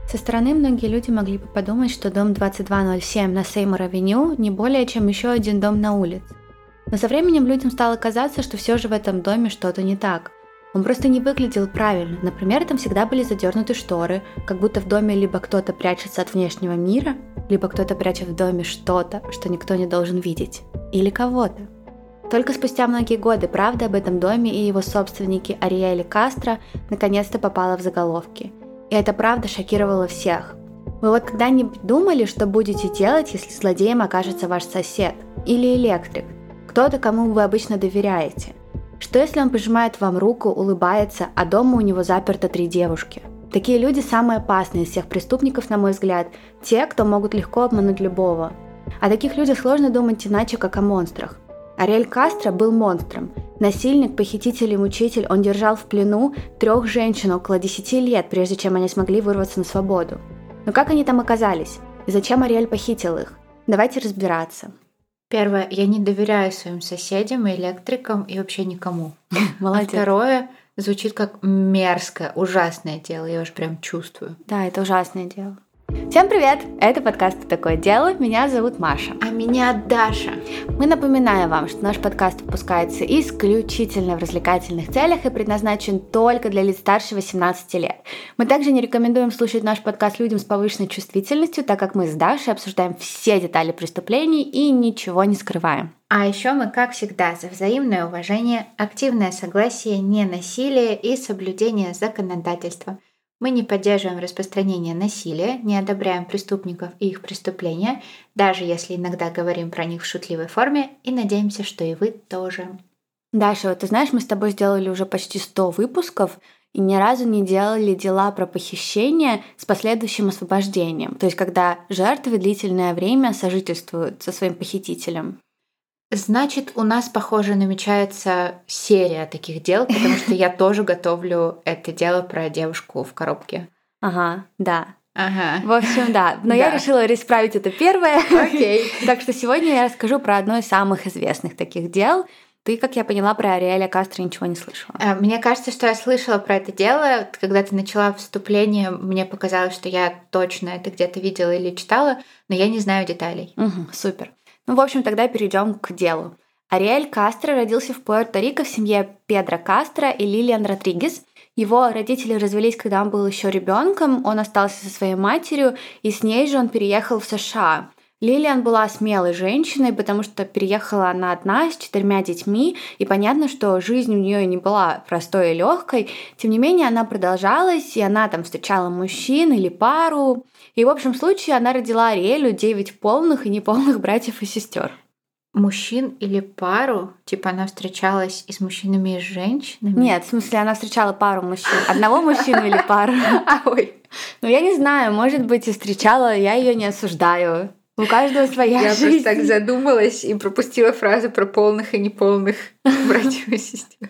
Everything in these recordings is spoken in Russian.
Со стороны многие люди могли бы подумать, что дом 2207 на Сеймур-авеню не более чем еще один дом на улице. Но со временем людям стало казаться, что все же в этом доме что-то не так. Он просто не выглядел правильно. Например, там всегда были задернуты шторы, как будто в доме либо кто-то прячется от внешнего мира, либо кто-то прячет в доме что-то, что никто не должен видеть. Или кого-то. Только спустя многие годы правда об этом доме и его собственнике Ариэле Кастро наконец-то попала в заголовки. И эта правда шокировала всех. Вы вот когда-нибудь думали, что будете делать, если злодеем окажется ваш сосед? Или электрик? Кто-то, кому вы обычно доверяете? Что если он пожимает вам руку, улыбается, а дома у него заперто 3 девушки? Такие люди самые опасные из всех преступников, на мой взгляд, те, кто могут легко обмануть любого. О таких людях сложно думать иначе, как о монстрах. Ариэль Кастро был монстром. Насильник, похититель и мучитель, он держал в плену 3 женщин около 10 лет, прежде чем они смогли вырваться на свободу. Но как они там оказались? И зачем Ариэль похитил их? Давайте разбираться. Первое, я не доверяю своим соседям, электрикам и вообще никому. Молодец. А второе, звучит как мерзкое, ужасное дело, я уж прям чувствую. Да, это ужасное дело. Всем привет! Это подкаст «Такое дело». Меня зовут Маша. А меня Даша. Мы напоминаем вам, что наш подкаст выпускается исключительно в развлекательных целях и предназначен только для лиц старше 18 лет. Мы также не рекомендуем слушать наш подкаст людям с повышенной чувствительностью, так как мы с Дашей обсуждаем все детали преступлений и ничего не скрываем. А еще мы, как всегда, за взаимное уважение, активное согласие, ненасилие и соблюдение законодательства. Мы не поддерживаем распространение насилия, не одобряем преступников и их преступления, даже если иногда говорим про них в шутливой форме, и надеемся, что и вы тоже. Даша, вот ты знаешь, мы с тобой сделали уже почти 100 выпусков и ни разу не делали дела про похищение с последующим освобождением, то есть когда жертвы длительное время сожительствуют со своим похитителем. Значит, у нас, похоже, намечается серия таких дел, потому что я тоже готовлю это дело про девушку в коробке. Ага, да. Ага. В общем, да. Но я решила исправить это первое. Окей. Так что сегодня я расскажу про одно из самых известных таких дел. Ты, как я поняла, про Ариэля Кастро ничего не слышала. Мне кажется, что я слышала про это дело. Когда ты начала вступление, мне показалось, что я точно это где-то видела или читала, но я не знаю деталей. Супер. Ну, в общем, тогда перейдем к делу. Ариэль Кастро родился в Пуэрто-Рико в семье Педро Кастро и Лилиан Родригес. Его родители развелись, когда он был еще ребенком, он остался со своей матерью, и с ней же он переехал в США. Лилиан была смелой женщиной, потому что переехала она одна с 4 детьми, и понятно, что жизнь у нее не была простой и легкой. Тем не менее, она продолжалась, и она там встречала мужчин или пару. И в общем случае она родила Ариэлю 9 полных и неполных братьев и сестер. Мужчин или пару? Типа она встречалась и с мужчинами, и с женщинами? Нет, в смысле, она встречала пару мужчин. Одного мужчину или пару. Ой. Ну, я не знаю, может быть, и встречала, я ее не осуждаю. У каждого своя жизнь. Я просто так задумалась и пропустила фразу про полных и неполных братьев и сестер.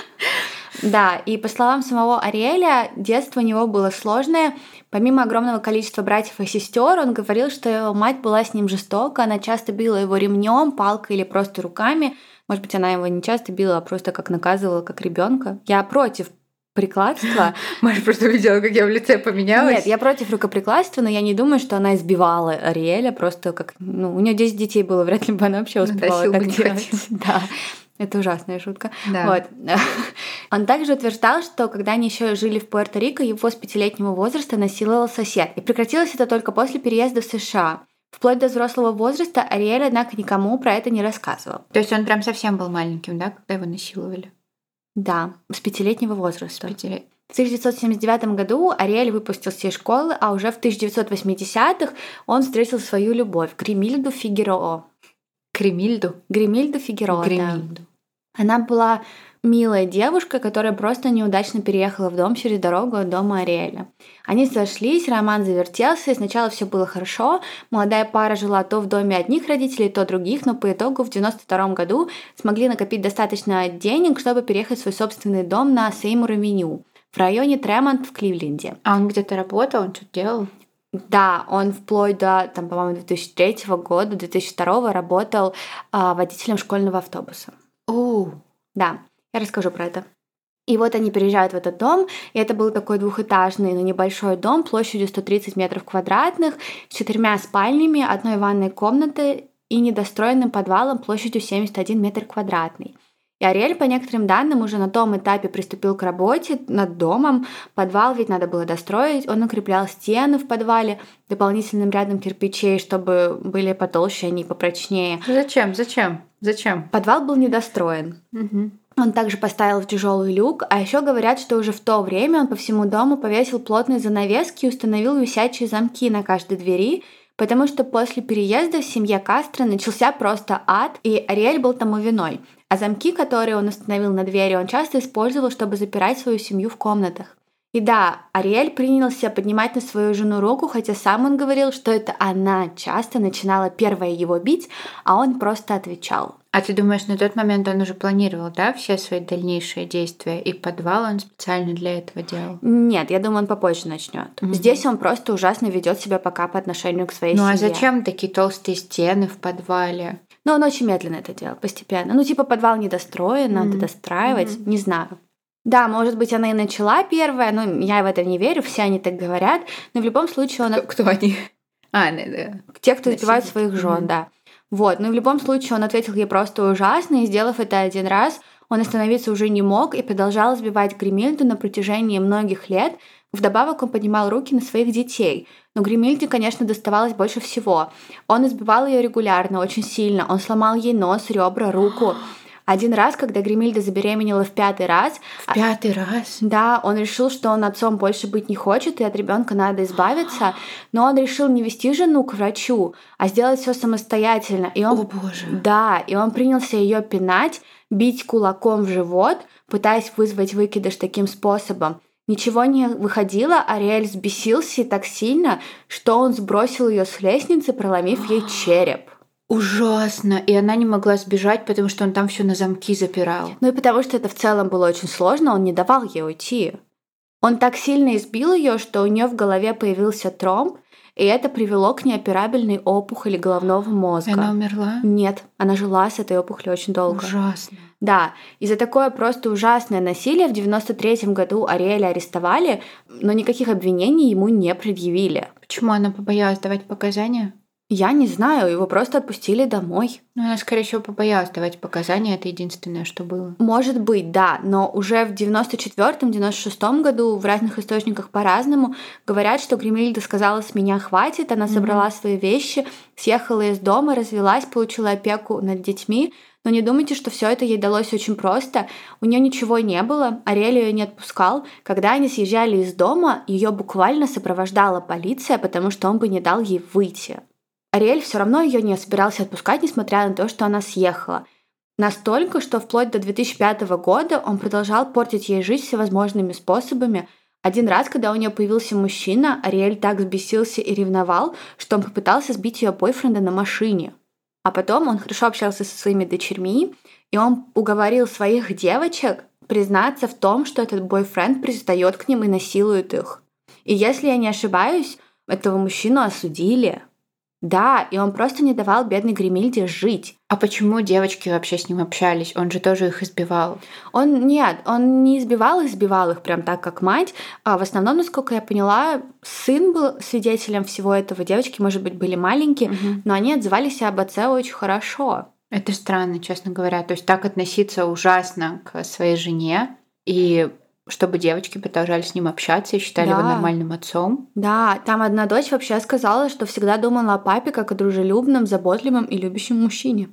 Да, и по словам самого Ариэля, детство у него было сложное. Помимо огромного количества братьев и сестер, он говорил, что его мать была с ним жестока, она часто била его ремнем, палкой или просто руками. Может быть, она его не часто била, а просто как наказывала, как ребенка. Я против рукоприкладства. Маша просто увидела, как я в лице поменялась. Нет, я против рукоприкладства, но я не думаю, что она избивала Ариэля, просто как... Ну, у нее 10 детей было, вряд ли бы она вообще успевала так делать. Да. Это ужасная шутка. Да. Вот. Он также утверждал, что когда они еще жили в Пуэрто-Рико, его с 5-летнего возраста насиловал сосед. И прекратилось это только после переезда в США. Вплоть до взрослого возраста Ариэль, однако, никому про это не рассказывал. То есть он прям совсем был маленьким, да, когда его насиловали? Да, с 5-летнего возраста. С 5 лет. В 1979 году Ариэль выпустился из школы, а уже в 1980-х он встретил свою любовь Гримильду Фигероа. Гримильду Фигероа, Гримильду. Да. Она была милая девушка, которая просто неудачно переехала в дом через дорогу от дома Ариэля. Они сошлись, роман завертелся, и сначала все было хорошо. Молодая пара жила то в доме одних родителей, то других, но по итогу в 1992 году смогли накопить достаточно денег, чтобы переехать в свой собственный дом на Сеймур-авеню в районе Тремонт в Кливленде. А он где-то работал, он что-то делал? Да, он вплоть до, там, по-моему, 2003 года, 2002 работал водителем школьного автобуса. Да, я расскажу про это. И вот они переезжают в этот дом, и это был такой двухэтажный, но небольшой дом площадью 130 метров квадратных, с 4 спальнями, одной ванной комнатой и недостроенным подвалом площадью 71 метр квадратный. И Ариэль, по некоторым данным, уже на том этапе приступил к работе над домом. Подвал ведь надо было достроить. Он укреплял стены в подвале дополнительным рядом кирпичей, чтобы были потолще, они попрочнее. Зачем? Подвал был недостроен. Угу. Он также поставил в тяжелый люк, а еще говорят, что уже в то время он по всему дому повесил плотные занавески и установил висячие замки на каждой двери, потому что после переезда в семье Кастро начался просто ад, и Ариэль был тому виной. А замки, которые он установил на двери, он часто использовал, чтобы запирать свою семью в комнатах. И да, Ариэль принялся поднимать на свою жену руку, хотя сам он говорил, что это она часто начинала первая его бить, а он просто отвечал. А ты думаешь, на тот момент он уже планировал, да, все свои дальнейшие действия, и подвал он специально для этого делал? Нет, я думаю, он попозже начнет. Здесь он просто ужасно ведет себя пока по отношению к своей семье. Ну а зачем такие толстые стены в подвале? Но он очень медленно это делал, постепенно. Подвал недостроен, надо достраивать, не знаю. Да, может быть, она и начала первая, но я в это не верю, все они так говорят. Но в любом случае он... Кто они? Да. Те, кто избивают своих жен, да. Вот, но в любом случае он ответил ей просто ужасно, и сделав это один раз, он остановиться уже не мог и продолжал избивать Гримильду на протяжении многих лет. Вдобавок он поднимал руки на своих детей. Но Гримильде, конечно, доставалось больше всего. Он избивал ее регулярно, очень сильно. Он сломал ей нос, ребра, руку. Один раз, когда Гримильда забеременела в 5-й раз... В 5-й раз? Да, он решил, что он отцом больше быть не хочет, и от ребенка надо избавиться, но он решил не вести жену к врачу, а сделать все самостоятельно. И он... О боже! Да, и он принялся ее пинать, бить кулаком в живот, пытаясь вызвать выкидыш таким способом. Ничего не выходило, Ариэль взбесился и так сильно, что он сбросил ее с лестницы, проломив ей череп. Ужасно. И она не могла сбежать, потому что он там все на замки запирал. Ну и потому что это в целом было очень сложно, он не давал ей уйти. Он так сильно избил ее, что у нее в голове появился тромб, и это привело к неоперабельной опухоли головного мозга. И она умерла? Нет, она жила с этой опухолью очень долго. Ужасно. Да, и за такое просто ужасное насилие в 93-м году Ариэля арестовали, но никаких обвинений ему не предъявили. Почему она побоялась давать показания? Я не знаю, его просто отпустили домой. Ну, она, скорее всего, побоялась давать показания, это единственное, что было. Может быть, да, но уже в 94-96 году в разных источниках по-разному говорят, что Гримильда сказала: «С меня хватит», она собрала свои вещи, съехала из дома, развелась, получила опеку над детьми. Но не думайте, что все это ей далось очень просто. У нее ничего не было, Ариэль ее не отпускал. Когда они съезжали из дома, ее буквально сопровождала полиция, потому что он бы не дал ей выйти. Ариэль все равно ее не собирался отпускать, несмотря на то, что она съехала. Настолько, что вплоть до 2005 года он продолжал портить ей жизнь всевозможными способами. Один раз, когда у нее появился мужчина, Ариэль так взбесился и ревновал, что он попытался сбить ее бойфренда на машине. А потом он хорошо общался со своими дочерьми, и он уговорил своих девочек признаться в том, что этот бойфренд пристает к ним и насилует их. И если я не ошибаюсь, этого мужчину осудили. Да, и он просто не давал бедной Гримильде жить. А почему девочки вообще с ним общались? Он же тоже их избивал. Он не избивал их прям так, как мать. А в основном, насколько я поняла, сын был свидетелем всего этого. Девочки, может быть, были маленькие, но они отзывались об отце очень хорошо. Это странно, честно говоря. То есть так относиться ужасно к своей жене, и чтобы девочки продолжали с ним общаться и считали его нормальным отцом. Да, там одна дочь вообще сказала, что всегда думала о папе как о дружелюбном, заботливом и любящем мужчине.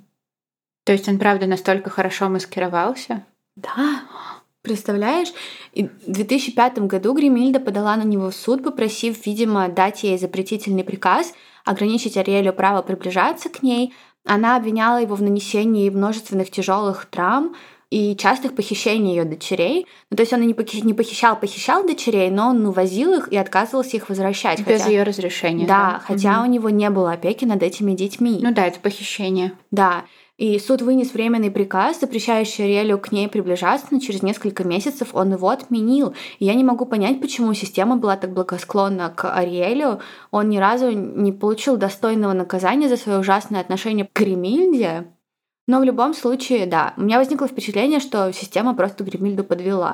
То есть он, правда, настолько хорошо маскировался? Да, представляешь? И в 2005 году Гримильда подала на него в суд, попросив, видимо, дать ей запретительный приказ, ограничить Ариэлю право приближаться к ней. Она обвиняла его в нанесении множественных тяжелых травм и частых похищений ее дочерей. Ну, то есть он и не похищал дочерей, но он увозил их и отказывался их возвращать. Без ее разрешения. Да, хотя у него не было опеки над этими детьми. Ну да, это похищение. Да. И суд вынес временный приказ, запрещающий Ариэлю к ней приближаться, но через несколько месяцев он его отменил. И я не могу понять, почему система была так благосклонна к Ариэлю. Он ни разу не получил достойного наказания за свое ужасное отношение к Гримильде. Но в любом случае, да, у меня возникло впечатление, что система просто Гримильду подвела.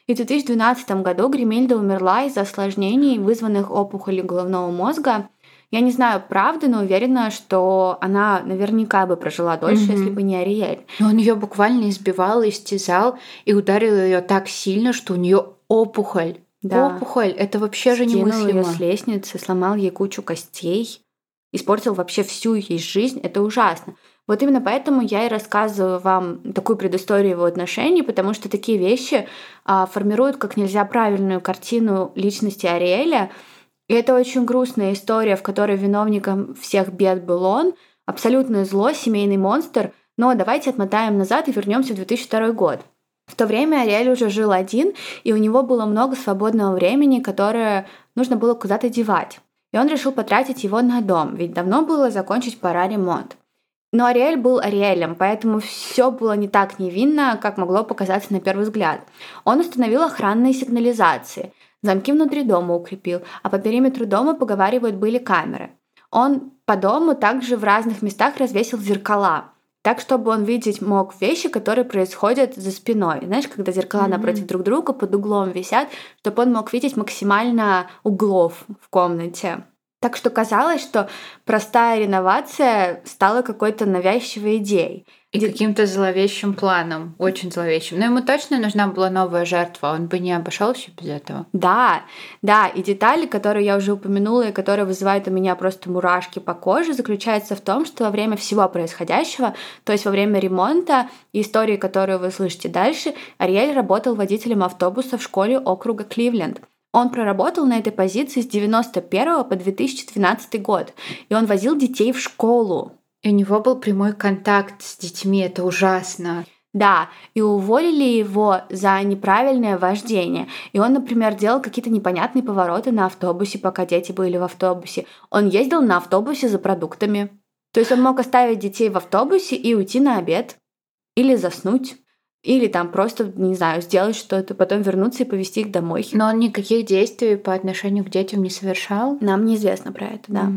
И в 2012 году Гримильда умерла из-за осложнений, вызванных опухолью головного мозга. Я не знаю правды, но уверена, что она наверняка бы прожила дольше, если бы не Ариэль. Но он ее буквально избивал, истязал и ударил ее так сильно, что у нее опухоль. Да. Опухоль, это вообще же немыслимо. Скинул ее с лестницы, сломал ей кучу костей, испортил вообще всю ей жизнь. Это ужасно. Вот именно поэтому я и рассказываю вам такую предысторию его отношений, потому что такие вещи формируют как нельзя правильную картину личности Ариэля. И это очень грустная история, в которой виновником всех бед был он, абсолютное зло, семейный монстр. Но давайте отмотаем назад и вернемся в 2002 год. В то время Ариэль уже жил один, и у него было много свободного времени, которое нужно было куда-то девать. И он решил потратить его на дом, ведь давно было закончить пора ремонт. Но Ариэль был Ариэлем, поэтому все было не так невинно, как могло показаться на первый взгляд. Он установил охранные сигнализации, замки внутри дома укрепил, а по периметру дома, поговаривают, были камеры. Он по дому также в разных местах развесил зеркала, так, чтобы он видеть мог вещи, которые происходят за спиной. Знаешь, когда зеркала напротив друг друга под углом висят, чтобы он мог видеть максимально углов в комнате. Так что казалось, что простая реновация стала какой-то навязчивой идеей. И каким-то зловещим планом, очень зловещим. Но ему точно нужна была новая жертва, он бы не обошелся без этого. Да, и детали, которые я уже упомянула и которые вызывают у меня просто мурашки по коже, заключаются в том, что во время всего происходящего, то есть во время ремонта и истории, которую вы слышите дальше, Ариэль работал водителем автобуса в школе округа Кливленд. Он проработал на этой позиции с 1991 по 2012 год, и он возил детей в школу. И у него был прямой контакт с детьми, это ужасно. Да, и уволили его за неправильное вождение. И он, например, делал какие-то непонятные повороты на автобусе, пока дети были в автобусе. Он ездил на автобусе за продуктами. То есть он мог оставить детей в автобусе и уйти на обед. Или заснуть. Или там просто, не знаю, сделать что-то, потом вернуться и повезти их домой. Но он никаких действий по отношению к детям не совершал? Нам неизвестно про это, да.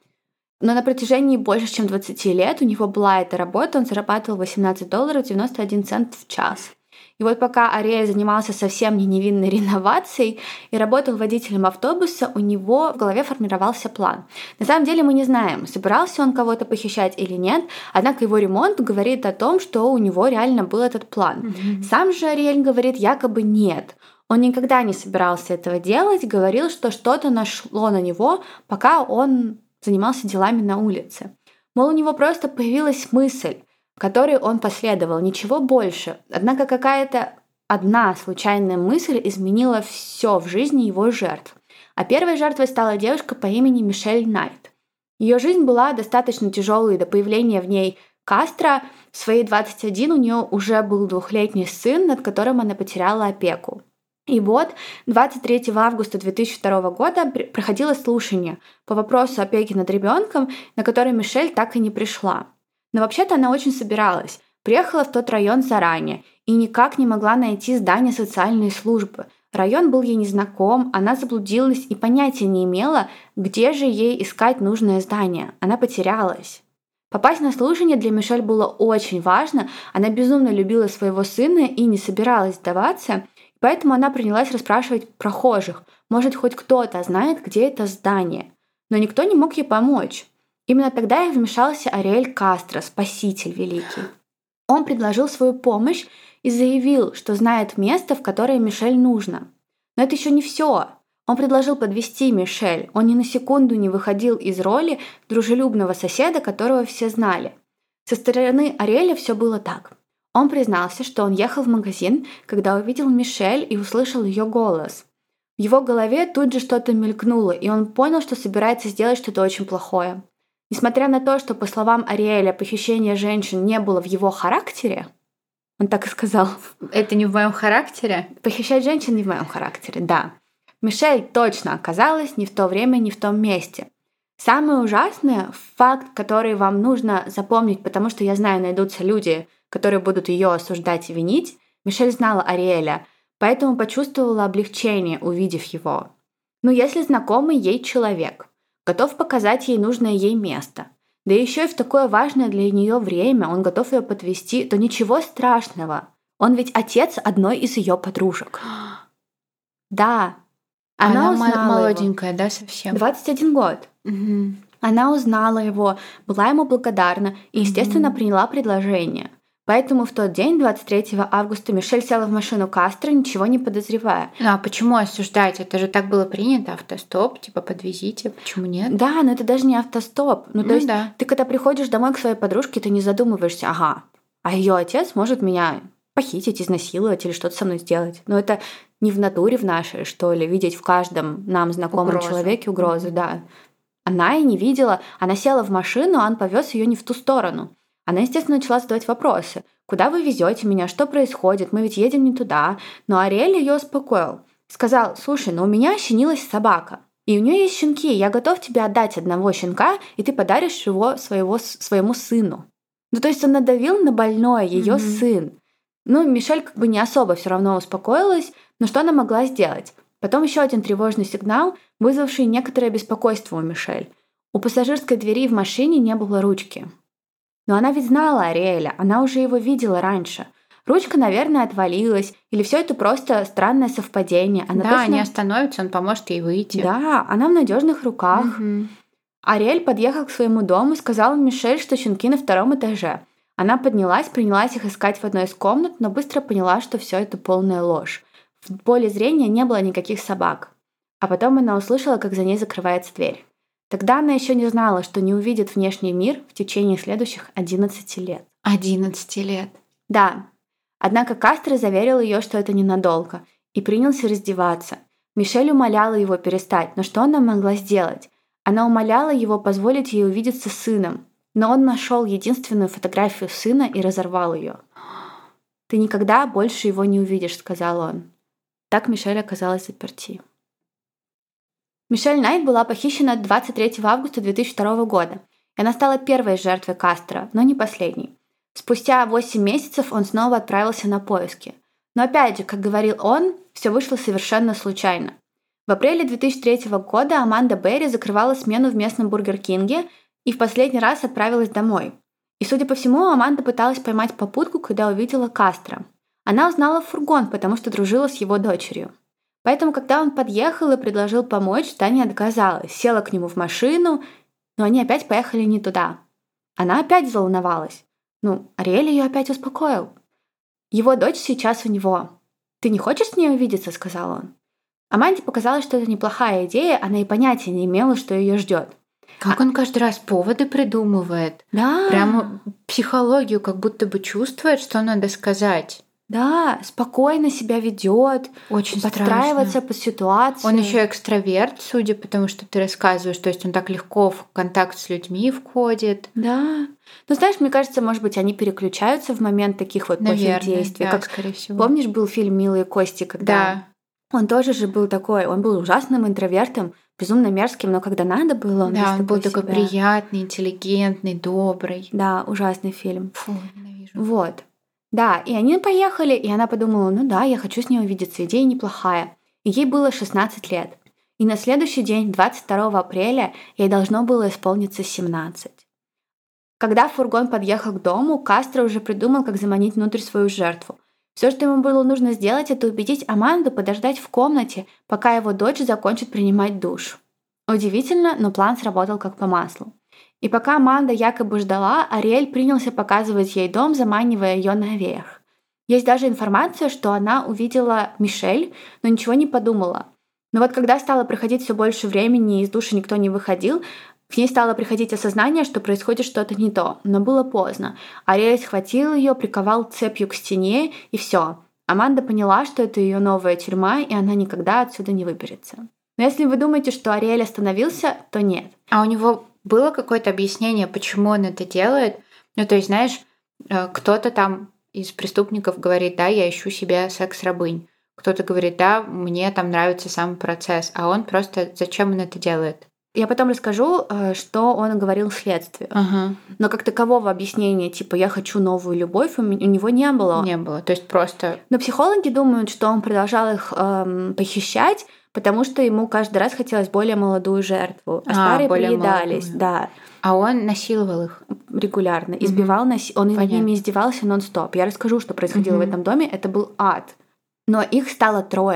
Но на протяжении больше чем 20 лет у него была эта работа, он зарабатывал $18.91 в час. И вот пока Ариэль занимался совсем не невинной реновацией и работал водителем автобуса, у него в голове формировался план. На самом деле мы не знаем, собирался он кого-то похищать или нет, однако его ремонт говорит о том, что у него реально был этот план. Сам же Ариэль говорит якобы нет. Он никогда не собирался этого делать, говорил, что что-то нашло на него, пока он занимался делами на улице. Мол, у него просто появилась мысль, которой он последовал, ничего больше. Однако какая-то одна случайная мысль изменила все в жизни его жертв. А первой жертвой стала девушка по имени Мишель Найт. Ее жизнь была достаточно тяжелой до появления в ней Кастро. В свои 21 у нее уже был 2-летний сын, над которым она потеряла опеку. И вот 23 августа 2002 года проходило слушание по вопросу опеки над ребенком, на который Мишель так и не пришла. Но вообще-то она очень собиралась, приехала в тот район заранее и никак не могла найти здание социальной службы. Район был ей незнаком, она заблудилась и понятия не имела, где же ей искать нужное здание. Она потерялась. Попасть на слушание для Мишель было очень важно, она безумно любила своего сына и не собиралась сдаваться, поэтому она принялась расспрашивать прохожих, может, хоть кто-то знает, где это здание. Но никто не мог ей помочь. Именно тогда и вмешался Ариэль Кастро, спаситель великий. Он предложил свою помощь и заявил, что знает место, в которое Мишель нужно. Но это еще не все. Он предложил подвести Мишель. Он ни на секунду не выходил из роли дружелюбного соседа, которого все знали. Со стороны Ариэля все было так. Он признался, что он ехал в магазин, когда увидел Мишель и услышал ее голос. В его голове тут же что-то мелькнуло, и он понял, что собирается сделать что-то очень плохое. Несмотря на то, что, по словам Ариэля, похищение женщин не было в его характере, он так и сказал. Это не в моем характере? Похищать женщин не в моем характере, да. Мишель точно оказалась не в то время, не в том месте. Самое ужасное, факт, который вам нужно запомнить, потому что я знаю, найдутся люди, которые будут ее осуждать и винить, Мишель знала Ариэля, поэтому почувствовала облегчение, увидев его. Но если знакомый ей человек готов показать ей нужное ей место, да еще и в такое важное для нее время он готов ее подвести, то ничего страшного. Он ведь отец одной из ее подружек. Да. Она узнала молоденькая, его. да, совсем? 21 год. Угу. Она узнала его, была ему благодарна и, естественно, приняла предложение. Поэтому в тот день, 23 августа, Мишель села в машину Кастро, ничего не подозревая. Ну а почему осуждать? Это же так было принято, автостоп, типа подвезите, почему нет? Да, но это даже не автостоп. То есть да. ты когда приходишь домой к своей подружке, ты не задумываешься, ага, а ее отец может меня похитить, изнасиловать или что-то со мной сделать. Но это не в натуре в нашей, что ли, видеть в каждом нам знакомом человеке угрозу, да. Она и не видела, она села в машину, а он повез ее не в ту сторону. Она, естественно, начала задавать вопросы. «Куда вы везете меня? Что происходит? Мы ведь едем не туда». Но Ариэль ее успокоил. Сказал: «Слушай, но у меня щенилась собака. И у нее есть щенки. Я готов тебе отдать одного щенка, и ты подаришь его своему сыну». То есть он надавил на больное, ее сын. Мишель как бы не особо все равно успокоилась, но что она могла сделать? Потом еще один тревожный сигнал, вызвавший некоторое беспокойство у Мишель. У пассажирской двери в машине не было ручки. Но она ведь знала Ариэля, она уже его видела раньше. Ручка, наверное, отвалилась, или все это просто странное совпадение. Она точно... не остановится, он поможет ей выйти. Да, она в надежных руках. Ариэль подъехал к своему дому и сказал Мишель, что щенки на 2-м этаже. Она поднялась, принялась их искать в одной из комнат, но быстро поняла, что все это полная ложь. В поле зрения не было никаких собак. А потом она услышала, как за ней закрывается дверь. Тогда она еще не знала, что не увидит внешний мир в течение следующих 11 лет. 11 лет? Да. Однако Кастро заверил ее, что это ненадолго, и принялся раздеваться. Мишель умоляла его перестать, но что она могла сделать? Она умоляла его позволить ей увидеться с сыном, но он нашел единственную фотографию сына и разорвал ее. «Ты никогда больше его не увидишь», — сказал он. Так Мишель оказалась заперти. Мишель Найт была похищена 23 августа 2002 года, и она стала первой жертвой Кастро, но не последней. Спустя 8 месяцев он снова отправился на поиски. Но опять же, как говорил он, все вышло совершенно случайно. В апреле 2003 года Аманда Берри закрывала смену в местном Бургер Кинге и в последний раз отправилась домой. И, судя по всему, Аманда пыталась поймать попутку, когда увидела Кастро. Она узнала фургон, потому что дружила с его дочерью. Поэтому, когда он подъехал и предложил помочь, Таня отказалась, села к нему в машину, но они опять поехали не туда. Она опять заволновалась. Ариэль ее опять успокоил. «Его дочь сейчас у него. Ты не хочешь с ней увидеться?» — сказал он. Аманде показалось, что это неплохая идея, она и понятия не имела, что ее ждет. Как он каждый раз поводы придумывает. Да. Прямо психологию как будто бы чувствует, что надо сказать. Да, спокойно себя ведет, очень подстраивается страшно. Под ситуацию. Он еще экстраверт, судя по тому, что ты рассказываешь, то есть он так легко в контакт с людьми входит. Да. Знаешь, мне кажется, может быть, они переключаются в момент таких вот плохих действий. Да, как, скорее всего. Помнишь, был фильм «Милые кости», когда он тоже же был такой, он был ужасным интровертом, безумно мерзким, но когда надо было, он был такой приятный, интеллигентный, добрый. Да, ужасный фильм. Фу, ненавижу. Вот. Да, и они поехали, и она подумала, я хочу с ней увидеться, идея неплохая. И ей было 16 лет. И на следующий день, 22 апреля, ей должно было исполниться 17. Когда фургон подъехал к дому, Кастро уже придумал, как заманить внутрь свою жертву. Все, что ему было нужно сделать, это убедить Аманду подождать в комнате, пока его дочь закончит принимать душ. Удивительно, но план сработал как по маслу. И пока Аманда якобы ждала, Ариэль принялся показывать ей дом, заманивая ее наверх. Есть даже информация, что она увидела Мишель, но ничего не подумала. Но вот когда стало проходить все больше времени и из души никто не выходил, к ней стало приходить осознание, что происходит что-то не то, но было поздно. Ариэль схватил ее, приковал цепью к стене, и все. Аманда поняла, что это ее новая тюрьма, и она никогда отсюда не выберется. Но если вы думаете, что Ариэль остановился, то нет. А у него было какое-то объяснение, почему он это делает? То есть, знаешь, кто-то там из преступников говорит, да, я ищу себе секс-рабынь. Кто-то говорит, да, мне там нравится сам процесс. А он просто, зачем он это делает? Я потом расскажу, что он говорил следствию. Но как такового объяснения, типа «я хочу новую любовь», у него не было. Не было, то есть просто... Но психологи думают, что он продолжал их похищать, потому что ему каждый раз хотелось более молодую жертву, а старые приедались. Да. А он насиловал их? Регулярно. Избивал, он над ними издевался нон-стоп. Я расскажу, что происходило в этом доме. Это был ад. Но их стало 3.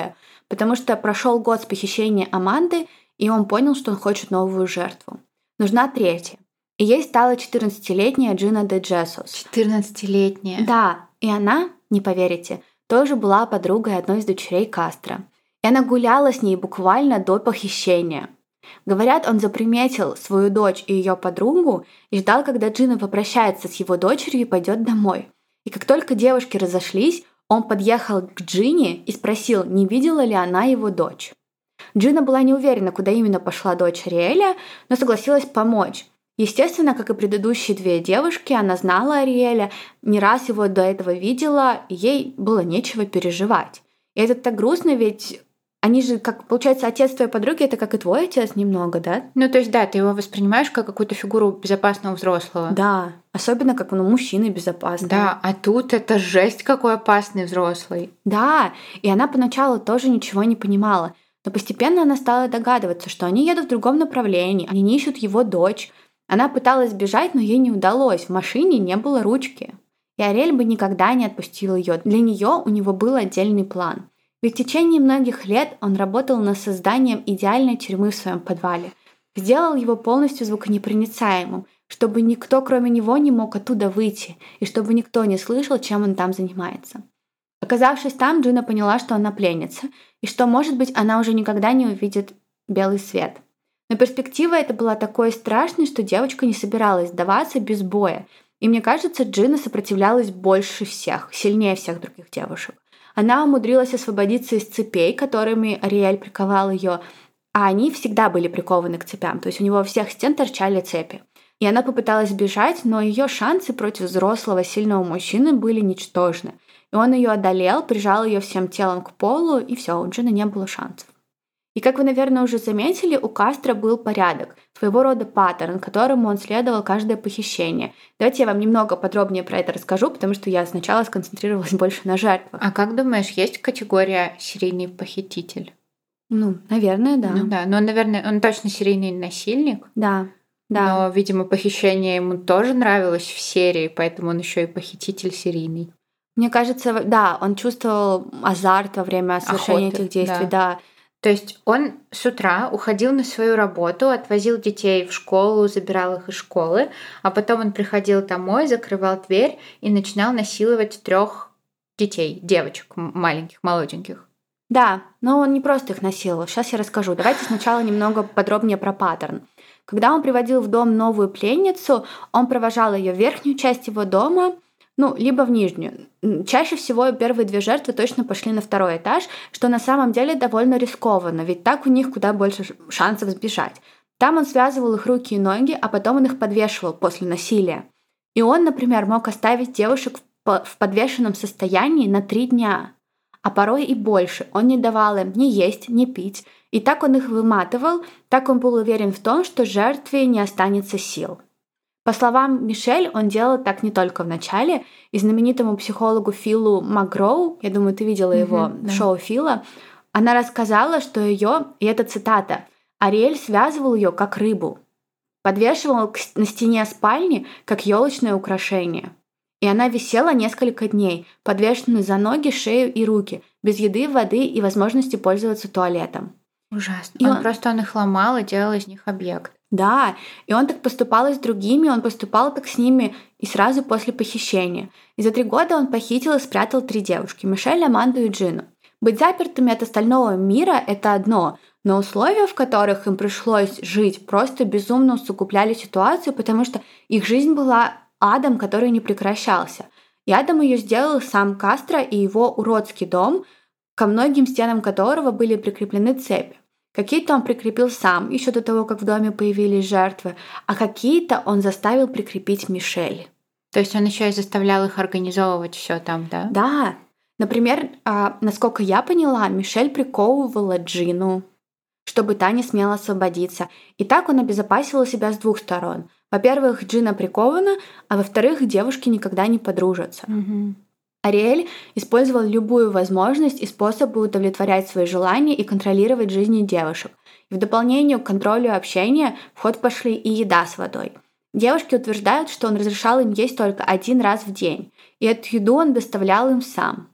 потому что прошел год с похищения Аманды, и он понял, что он хочет новую жертву. Нужна третья. И ей стала 14-летняя Джина де Джесус. 14-летняя? Да, и она, не поверите, тоже была подругой одной из дочерей Кастро. И она гуляла с ней буквально до похищения. Говорят, он заприметил свою дочь и ее подругу и ждал, когда Джина попрощается с его дочерью и пойдет домой. И как только девушки разошлись, он подъехал к Джине и спросил, не видела ли она его дочь. Джина была не уверена, куда именно пошла дочь Ариэля, но согласилась помочь. Естественно, как и предыдущие две девушки, она знала Ариэля, не раз его до этого видела, и ей было нечего переживать. И это так грустно, ведь они же, как получается, отец твоей подруги, это как и твой отец немного, да? Ну, то есть, да, ты его воспринимаешь как какую-то фигуру безопасного взрослого. Да, особенно как мужчина безопасный. Да, а тут это жесть какой опасный взрослый. Да, и она поначалу тоже ничего не понимала, но постепенно она стала догадываться, что они едут в другом направлении, они не ищут его дочь. Она пыталась бежать, но ей не удалось, в машине не было ручки. И Ариэль бы никогда не отпустил ее. Для нее у него был отдельный план. Ведь в течение многих лет он работал над созданием идеальной тюрьмы в своем подвале. Сделал его полностью звуконепроницаемым, чтобы никто, кроме него, не мог оттуда выйти, и чтобы никто не слышал, чем он там занимается. Оказавшись там, Джина поняла, что она пленница, и что, может быть, она уже никогда не увидит белый свет. Но перспектива эта была такой страшной, что девочка не собиралась сдаваться без боя. И мне кажется, Джина сопротивлялась больше всех, сильнее всех других девушек. Она умудрилась освободиться из цепей, которыми Ариэль приковал ее, а они всегда были прикованы к цепям, то есть у него во всех стен торчали цепи. И она попыталась бежать, но ее шансы против взрослого сильного мужчины были ничтожны. И он ее одолел, прижал ее всем телом к полу, и все, у Джины не было шансов. И как вы, наверное, уже заметили, у Кастро был порядок, своего рода паттерн, которому он следовал каждое похищение. Давайте я вам немного подробнее про это расскажу, потому что я сначала сконцентрировалась больше на жертвах. А как думаешь, есть категория серийный похититель? Наверное, да. Но, наверное, он точно серийный насильник. Да. Но, видимо, похищение ему тоже нравилось в серии, поэтому он еще и похититель серийный. Мне кажется, да, он чувствовал азарт во время совершения этих действий, да. То есть он с утра уходил на свою работу, отвозил детей в школу, забирал их из школы, а потом он приходил домой, закрывал дверь и начинал насиловать 3 детей, девочек маленьких, молоденьких. Да, но он не просто их насиловал. Сейчас я расскажу. Давайте сначала немного подробнее про паттерн. Когда он приводил в дом новую пленницу, он провожал ее в верхнюю часть его дома, либо в нижнюю. Чаще всего первые 2 жертвы точно пошли на 2-й этаж, что на самом деле довольно рискованно, ведь так у них куда больше шансов сбежать. Там он связывал их руки и ноги, а потом он их подвешивал после насилия. И он, например, мог оставить девушек в подвешенном состоянии на 3 дня, а порой и больше. Он не давал им ни есть, ни пить. И так он их выматывал, так он был уверен в том, что жертве не останется сил. По словам Мишель, он делал так не только в начале, и знаменитому психологу Филу Макгроу, я думаю, ты видела его шоу Фила, она рассказала, что ее, и это цитата, Ариэль связывал ее как рыбу, подвешивал на стене спальни как елочное украшение. И она висела несколько дней, подвешенная за ноги, шею и руки, без еды, воды и возможности пользоваться туалетом. Ужасно. И он их ломал и делал из них объект. Да, и он так поступал и с другими, он поступал так с ними и сразу после похищения. И за 3 года он похитил и спрятал 3 девушки – Мишель, Аманду и Джину. Быть запертыми от остального мира – это одно, но условия, в которых им пришлось жить, просто безумно усугубляли ситуацию, потому что их жизнь была адом, который не прекращался. И адом ее сделал сам Кастро и его уродский дом, ко многим стенам которого были прикреплены цепи. Какие-то он прикрепил сам, еще до того, как в доме появились жертвы, а какие-то он заставил прикрепить Мишель. То есть он еще и заставлял их организовывать все там, да? Да. Например, насколько я поняла, Мишель приковывала Джину, чтобы та не смела освободиться. И так он обезопасил себя с 2 сторон. Во-первых, Джина прикована, а во-вторых, девушки никогда не подружатся. Угу. Ариэль использовал любую возможность и способы удовлетворять свои желания и контролировать жизни девушек. И в дополнение к контролю общения в ход пошли и еда с водой. Девушки утверждают, что он разрешал им есть только 1 раз в день, и эту еду он доставлял им сам.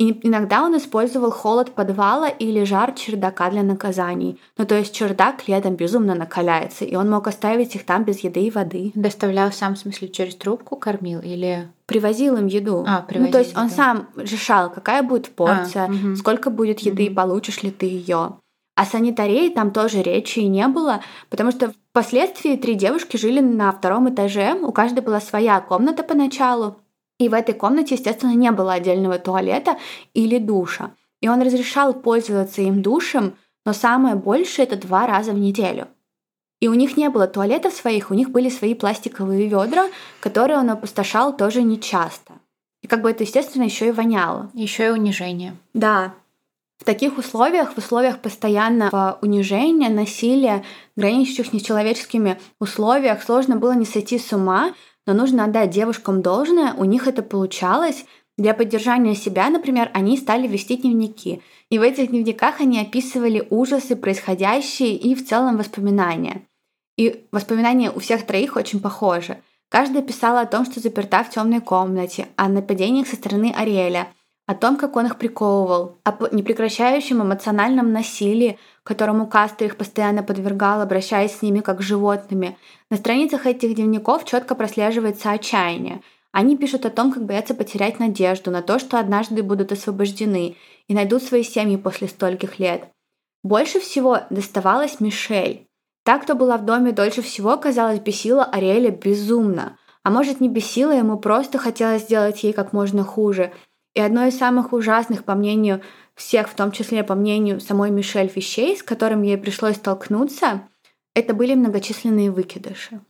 И иногда он использовал холод подвала или жар чердака для наказаний. Ну, то есть чердак летом безумно накаляется, и он мог оставить их там без еды и воды. Доставлял сам, в смысле, через трубку кормил или... Привозил им еду. Привозил ну, то есть еду. Он сам решал, какая будет порция, сколько будет еды, получишь ли ты ее. О санитарии там тоже речи и не было, потому что впоследствии 3 девушки жили на 2-м этаже, у каждой была своя комната поначалу. И в этой комнате, естественно, не было отдельного туалета или душа. И он разрешал пользоваться им душем, но самое большее — это 2 раза в неделю. И у них не было туалетов своих, у них были свои пластиковые ведра, которые он опустошал тоже нечасто. И это, естественно, еще и воняло. Еще и унижение. Да. В таких условиях, в условиях постоянного унижения, насилия, граничащих с нечеловеческими условиях, сложно было не сойти с ума, но нужно отдать девушкам должное, у них это получалось. Для поддержания себя, например, они стали вести дневники. И в этих дневниках они описывали ужасы, происходящие, и в целом воспоминания. И воспоминания у всех 3 очень похожи. Каждая писала о том, что заперта в темной комнате, о нападениях со стороны Ариэля, о том, как он их приковывал, о непрекращающем эмоциональном насилии, которому Кастро их постоянно подвергал, обращаясь с ними как с животными. На страницах этих дневников четко прослеживается отчаяние. Они пишут о том, как боятся потерять надежду на то, что однажды будут освобождены и найдут свои семьи после стольких лет. Больше всего доставалось Мишель. Та, кто была в доме дольше всего, казалось, бесила Ариэля безумно. А может, не бесила, ему просто хотелось сделать ей как можно хуже. И одно из самых ужасных, по мнению всех, в том числе по мнению самой Мишель, вещей, с которым ей пришлось столкнуться, это были многочисленные выкидыши.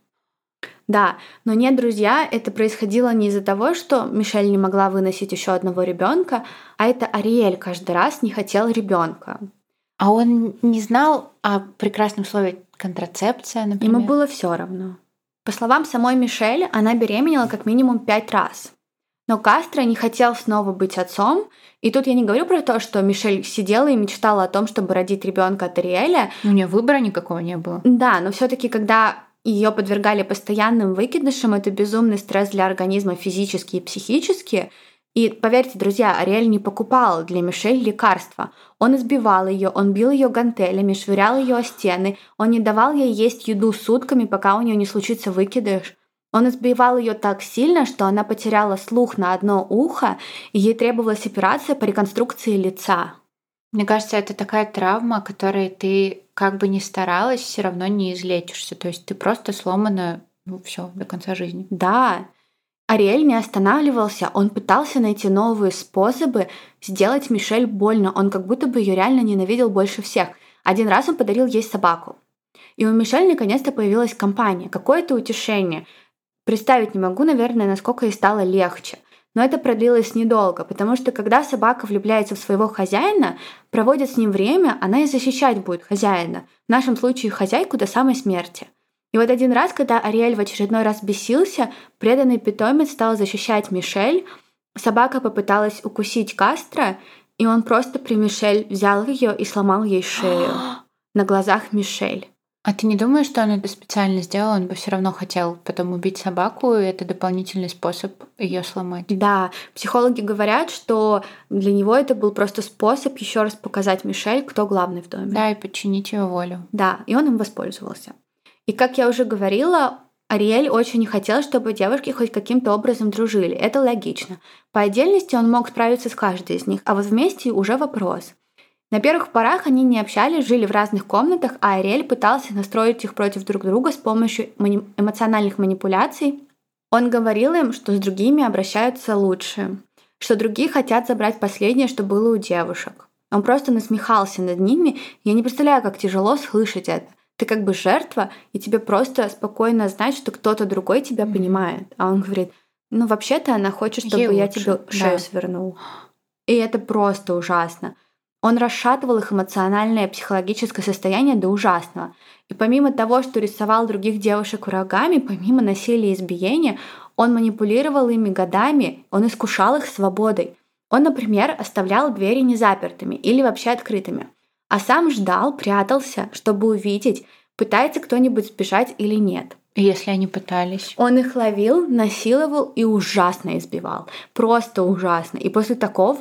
Да, но нет, друзья, это происходило не из-за того, что Мишель не могла выносить еще одного ребенка, а это Ариэль каждый раз не хотел ребенка. А он не знал о прекрасном слове контрацепция, например? Ему было все равно. По словам самой Мишель, она беременела как минимум 5 раз. Но Кастро не хотел снова быть отцом. И тут я не говорю про то, что Мишель сидела и мечтала о том, чтобы родить ребенка от Ариэля. У нее выбора никакого не было. Да, но все-таки, когда ее подвергали постоянным выкидышам, это безумный стресс для организма физически и психически. И поверьте, друзья, Ариэль не покупал для Мишель лекарства. Он избивал ее, он бил ее гантелями, швырял ее о стены, он не давал ей есть еду сутками, пока у нее не случится выкидыш. Он избивал ее так сильно, что она потеряла слух на одно ухо, и ей требовалась операция по реконструкции лица. Мне кажется, это такая травма, которой ты как бы ни старалась, все равно не излечишься. То есть ты просто сломана, все до конца жизни. Да. Ариэль не останавливался, он пытался найти новые способы сделать Мишель больно. Он как будто бы ее реально ненавидел больше всех. Один раз он подарил ей собаку. И у Мишель наконец-то появилась компания, какое-то утешение. Представить не могу, наверное, насколько ей стало легче. Но это продлилось недолго, потому что когда собака влюбляется в своего хозяина, проводит с ним время, она и защищать будет хозяина. В нашем случае хозяйку до самой смерти. И вот один раз, когда Ариэль в очередной раз бесился, преданный питомец стал защищать Мишель. Собака попыталась укусить Кастро, и он просто при Мишель взял ее и сломал ей шею на глазах Мишель. А ты не думаешь, что он это специально сделал? Он бы все равно хотел потом убить собаку, и это дополнительный способ ее сломать. Да, психологи говорят, что для него это был просто способ еще раз показать Мишель, кто главный в доме. Да, и подчинить ее волю. Да, и он им воспользовался. И как я уже говорила, Ариэль очень не хотел, чтобы девушки хоть каким-то образом дружили. Это логично. По отдельности он мог справиться с каждой из них, а вот вместе уже вопрос. На первых порах они не общались, жили в разных комнатах, а Ариэль пытался настроить их против друг друга с помощью эмоциональных манипуляций. Он говорил им, что с другими обращаются лучше, что другие хотят забрать последнее, что было у девушек. Он просто насмехался над ними. Я не представляю, как тяжело слышать это. Ты как бы жертва, и тебе просто спокойно знать, что кто-то другой тебя понимает. А он говорит, вообще-то она хочет, чтобы я тебе шею свернул. И это просто ужасно. Он расшатывал их эмоциональное и психологическое состояние до ужасного. И помимо того, что рисовал других девушек врагами, помимо насилия и избиения, он манипулировал ими годами, он искушал их свободой. Он, например, оставлял двери незапертыми или вообще открытыми, а сам ждал, прятался, чтобы увидеть, пытается кто-нибудь сбежать или нет. И если они пытались? Он их ловил, насиловал и ужасно избивал. Просто ужасно. И после такого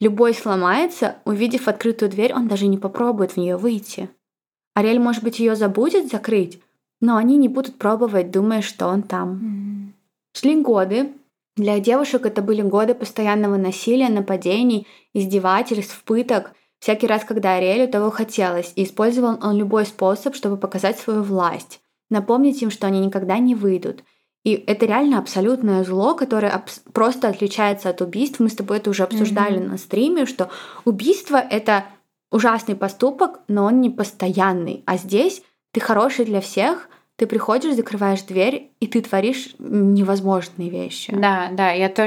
Любой сломается, увидев открытую дверь, он даже не попробует в нее выйти. Ариэль, может быть, ее забудет закрыть, но они не будут пробовать, думая, что он там. Шли годы. Для девушек это были годы постоянного насилия, нападений, издевательств, пыток. Всякий раз, когда Ариэлю того хотелось, и использовал он любой способ, чтобы показать свою власть, напомнить им, что они никогда не выйдут. И это реально абсолютное зло, которое просто отличается от убийств. Мы с тобой это уже обсуждали на стриме, что убийство — это ужасный поступок, но он не постоянный. А здесь ты хороший для всех, ты приходишь, закрываешь дверь, и ты творишь невозможные вещи. Да,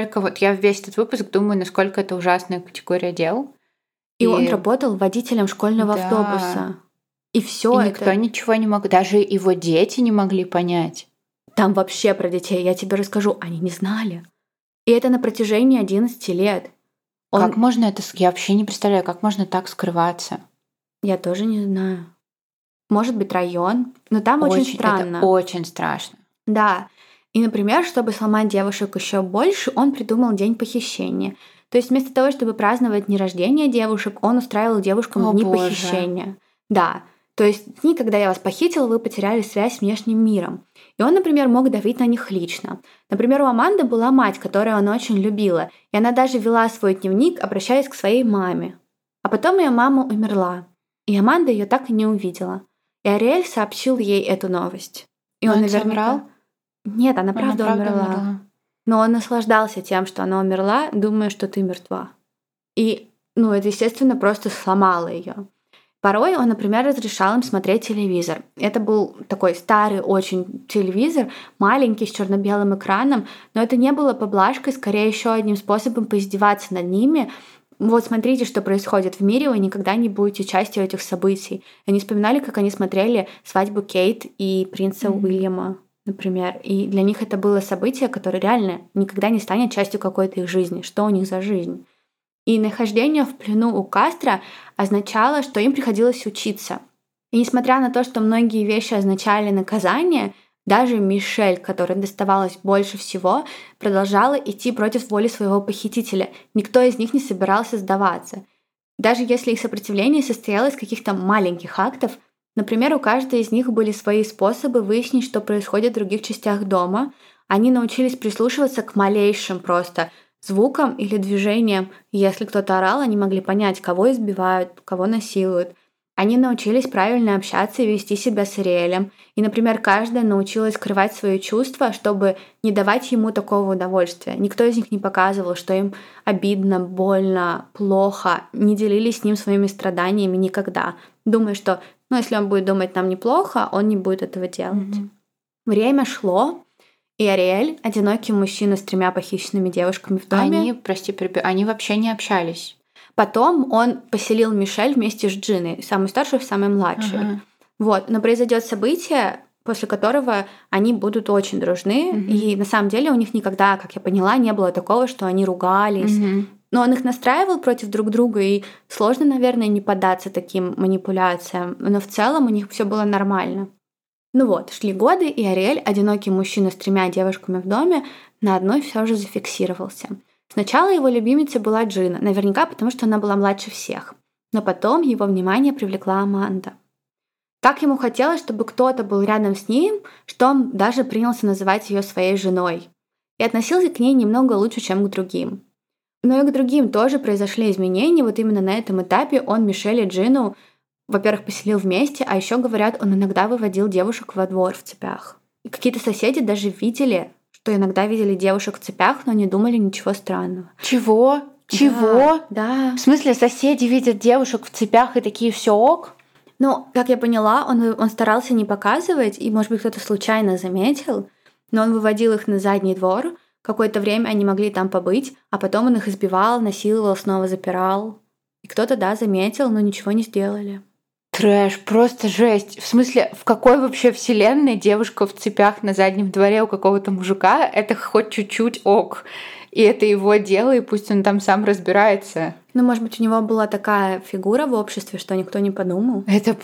я весь этот выпуск думаю, насколько это ужасная категория дел. И он работал водителем школьного автобуса. И все это. Никто ничего не мог, даже его дети не могли понять. Там вообще про детей, я тебе расскажу, они не знали. И это на протяжении 11 лет. Как можно это... Я вообще не представляю, как можно так скрываться. Я тоже не знаю. Может быть, район, но там очень странно. Это очень страшно. Да. И, например, чтобы сломать девушек еще больше, он придумал день похищения. То есть вместо того, чтобы праздновать день рождения девушек, он устраивал девушкам дни похищения. Да. То есть дни, когда я вас похитил, вы потеряли связь с внешним миром. И он, например, мог давить на них лично. Например, у Аманды была мать, которую она очень любила, и она даже вела свой дневник, обращаясь к своей маме. А потом ее мама умерла, и Аманда ее так и не увидела. И Ариэль сообщил ей эту новость. И он наверняка... соврал? Нет, она правда умерла. Но он наслаждался тем, что она умерла, думая, что ты мертва. И, это, естественно, просто сломало ее. Порой он, например, разрешал им смотреть телевизор. Это был такой старый очень телевизор, маленький, с черно-белым экраном, но это не было поблажкой, скорее еще одним способом поиздеваться над ними. Вот смотрите, что происходит в мире, вы никогда не будете частью этих событий. Они вспоминали, как они смотрели свадьбу Кейт и принца Уильяма, например. И для них это было событие, которое реально никогда не станет частью какой-то их жизни. Что у них за жизнь? И нахождение в плену у Кастро означало, что им приходилось учиться. И несмотря на то, что многие вещи означали наказание, даже Мишель, которой доставалось больше всего, продолжала идти против воли своего похитителя. Никто из них не собирался сдаваться. Даже если их сопротивление состояло из каких-то маленьких актов, например, у каждой из них были свои способы выяснить, что происходит в других частях дома, они научились прислушиваться к малейшим просто звукам или движениям. Если кто-то орал, они могли понять, кого избивают, кого насилуют. Они научились правильно общаться и вести себя с Ариэлем. И, например, каждая научилась скрывать свои чувства, чтобы не давать ему такого удовольствия. Никто из них не показывал, что им обидно, больно, плохо. Не делились с ним своими страданиями никогда. Думая, что если он будет думать нам неплохо, он не будет этого делать. Время шло, и Ариэль, одинокий мужчина с 3 похищенными девушками в доме... Они вообще не общались. Потом он поселил Мишель вместе с Джиной, самой старшей и самой младшей. Но произойдет событие, после которого они будут очень дружны, и на самом деле у них никогда, как я поняла, не было такого, что они ругались. Но он их настраивал против друг друга, и сложно, наверное, не поддаться таким манипуляциям. Но в целом у них все было нормально. Шли годы, и Ариэль, одинокий мужчина с 3 девушками в доме, на одной все же зафиксировался. Сначала его любимицей была Джина, наверняка потому, что она была младше всех. Но потом его внимание привлекла Аманда. Так ему хотелось, чтобы кто-то был рядом с ним, что он даже принялся называть ее своей женой. И относился к ней немного лучше, чем к другим. Но и к другим тоже произошли изменения. Вот именно на этом этапе он Мишель и Джину, во-первых, поселил вместе, а еще, говорят, он иногда выводил девушек во двор в цепях. И какие-то соседи даже видели, что иногда видели девушек в цепях, но не думали ничего странного. Чего? Да. В смысле, соседи видят девушек в цепях и такие все ок? Как я поняла, он старался не показывать, и, может быть, кто-то случайно заметил, но он выводил их на задний двор. Какое-то время они могли там побыть, а потом он их избивал, насиловал, снова запирал. И кто-то, заметил, но ничего не сделали. Трэш, просто жесть. В смысле, в какой вообще вселенной девушка в цепях на заднем дворе у какого-то мужика — это хоть чуть-чуть ок. И это его дело, и пусть он там сам разбирается. Может быть, у него была такая фигура в обществе, что никто не подумал.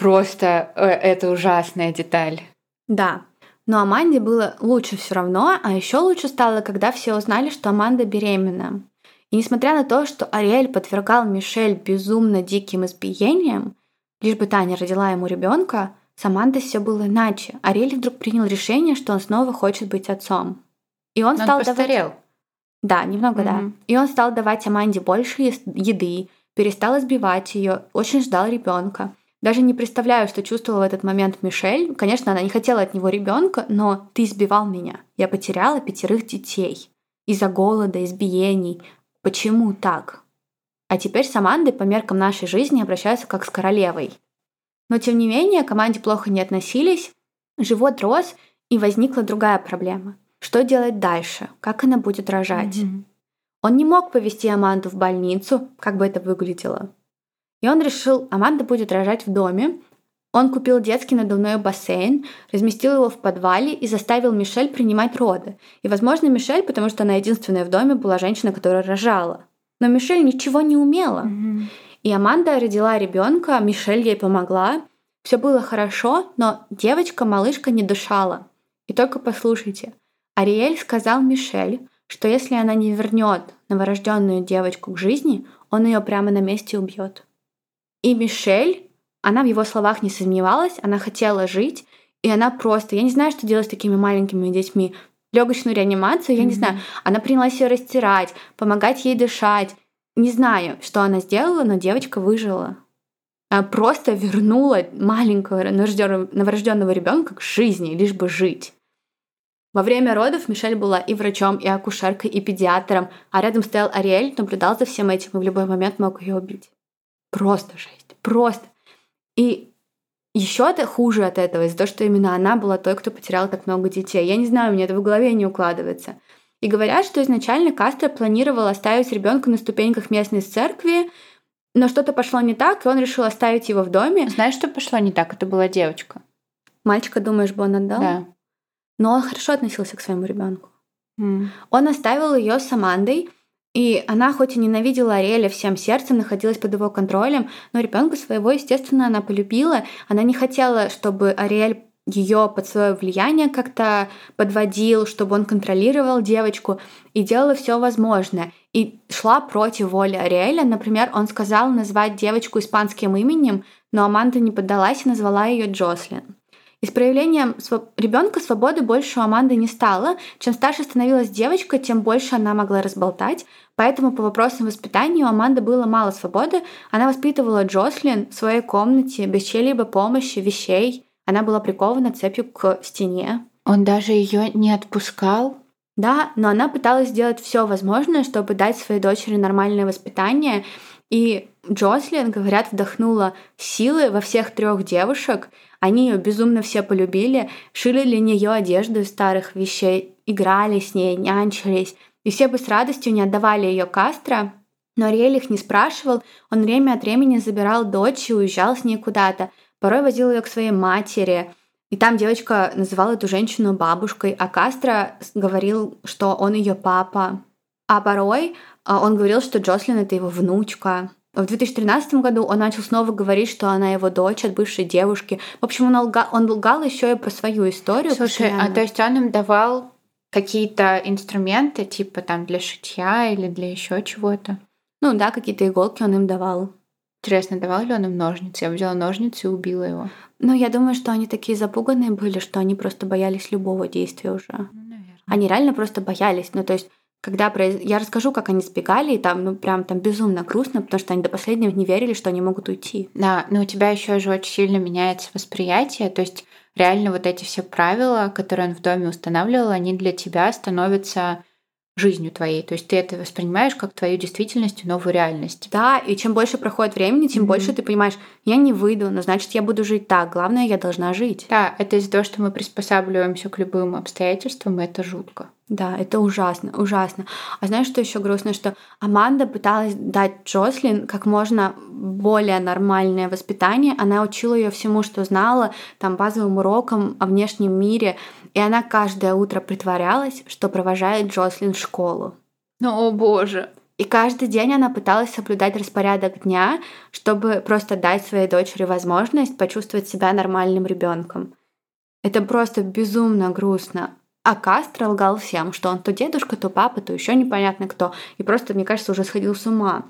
Это ужасная деталь. Да. Но Аманде было лучше все равно, а еще лучше стало, когда все узнали, что Аманда беременна. И несмотря на то, что Ариэль подвергал Мишель безумно диким избиениям, лишь бы та не родила ему ребенка, с Амандой все было иначе. Ариэль вдруг принял решение, что он снова хочет быть отцом. И он стал постарел. Да, немного, да. И он стал давать Аманде больше еды, перестал избивать ее, очень ждал ребенка. Даже не представляю, что чувствовала в этот момент Мишель. Конечно, она не хотела от него ребенка, но ты избивал меня. Я потеряла 5 детей. Из-за голода, избиений. Почему так? А теперь с Амандой по меркам нашей жизни обращаются как с королевой. Но тем не менее, к Аманде плохо не относились. Живот рос, и возникла другая проблема. Что делать дальше? Как она будет рожать? Он не мог повезти Аманду в больницу, как бы это выглядело. И он решил, Аманда будет рожать в доме. Он купил детский надувной бассейн, разместил его в подвале и заставил Мишель принимать роды. И, возможно, Мишель, потому что она единственная в доме была женщина, которая рожала. Но Мишель ничего не умела. И Аманда родила ребенка, Мишель ей помогла. Все было хорошо, но девочка-малышка не дышала. И только послушайте, Ариэль сказал Мишель, что если она не вернет новорожденную девочку к жизни, он ее прямо на месте убьет. И Мишель, она в его словах не сомневалась, она хотела жить, и она просто, я не знаю, что делать с такими маленькими детьми, легочную реанимацию, я не знаю, она принялась ее растирать, помогать ей дышать. Не знаю, что она сделала, но девочка выжила. Она просто вернула маленького новорожденного ребенка к жизни, лишь бы жить. Во время родов Мишель была и врачом, и акушеркой, и педиатром, а рядом стоял Ариэль, наблюдал за всем этим и в любой момент мог ее убить. Просто жесть, просто. И еще это хуже от этого, из-за того, что именно она была той, кто потерял так много детей. Я не знаю, мне это в голове не укладывается. И говорят, что изначально Кастро планировал оставить ребенка на ступеньках местной церкви, но что-то пошло не так, и он решил оставить его в доме. Знаешь, что пошло не так? Это была девочка. Мальчика, думаешь, бы он отдал? Да. Но он хорошо относился к своему ребенку. Он оставил ее с Амандой, и она хоть и ненавидела Ариэля всем сердцем, находилась под его контролем, но ребенка своего, естественно, она полюбила. Она не хотела, чтобы Ариэль ее под свое влияние как-то подводил, чтобы он контролировал девочку, и делала все возможное. И шла против воли Ариэля. Например, он сказал назвать девочку испанским именем, но Аманда не поддалась и назвала ее Джослин. И с проявлением ребенка свободы больше у Аманды не стало. Чем старше становилась девочка, тем больше она могла разболтать. Поэтому по вопросам воспитания у Аманды было мало свободы. Она воспитывала Джослин в своей комнате без чьей-либо помощи, вещей. Она была прикована цепью к стене. Он даже ее не отпускал? Да, но она пыталась сделать все возможное, чтобы дать своей дочери нормальное воспитание. И Джослин, говорят, вдохнула силы во всех 3 девушек. Они ее безумно все полюбили, шили для нее одежду из старых вещей, играли с ней, нянчились. И все бы с радостью не отдавали ее Кастро, но Ариэль их не спрашивал. Он время от времени забирал дочь и уезжал с ней куда-то. Порой возил ее к своей матери. И там девочка называла эту женщину бабушкой, а Кастро говорил, что он ее папа. А порой он говорил, что Джослин — это его внучка. В 2013 году он начал снова говорить, что она его дочь от бывшей девушки. В общем, он лгал еще и про свою историю. Слушай, постоянно. то есть он им давал какие-то инструменты, типа там для шитья или для еще чего-то? Ну да, какие-то иголки он им давал. Интересно, давал ли он им ножницы? Я взяла ножницы и убила его. Ну, я думаю, что они такие запуганные были, что они просто боялись любого действия уже. Наверное. Они реально просто боялись. Ну, то есть, когда я расскажу, как они сбегали, и там, прям там безумно грустно, потому что они до последнего не верили, что они могут уйти. Да, но у тебя еще же очень сильно меняется восприятие, то есть реально вот эти все правила, которые он в доме устанавливал, они для тебя становятся жизнью твоей. То есть ты это воспринимаешь как твою действительность и новую реальность. Да, и чем больше проходит времени, тем больше ты понимаешь, я не выйду, но значит, я буду жить так. Главное, я должна жить. Да, это из-за того, что мы приспосабливаемся к любым обстоятельствам, и это жутко. Да, это ужасно, ужасно. А знаешь, что еще грустно? Что Аманда пыталась дать Джослин как можно более нормальное воспитание. Она учила ее всему, что знала, там, базовым урокам о внешнем мире. И она каждое утро притворялась, что провожает Джослин в школу. Ну, о боже! И каждый день она пыталась соблюдать распорядок дня, чтобы просто дать своей дочери возможность почувствовать себя нормальным ребенком. Это просто безумно грустно. А Кастро лгал всем, что он то дедушка, то папа, то еще непонятно кто. И просто, мне кажется, уже сходил с ума.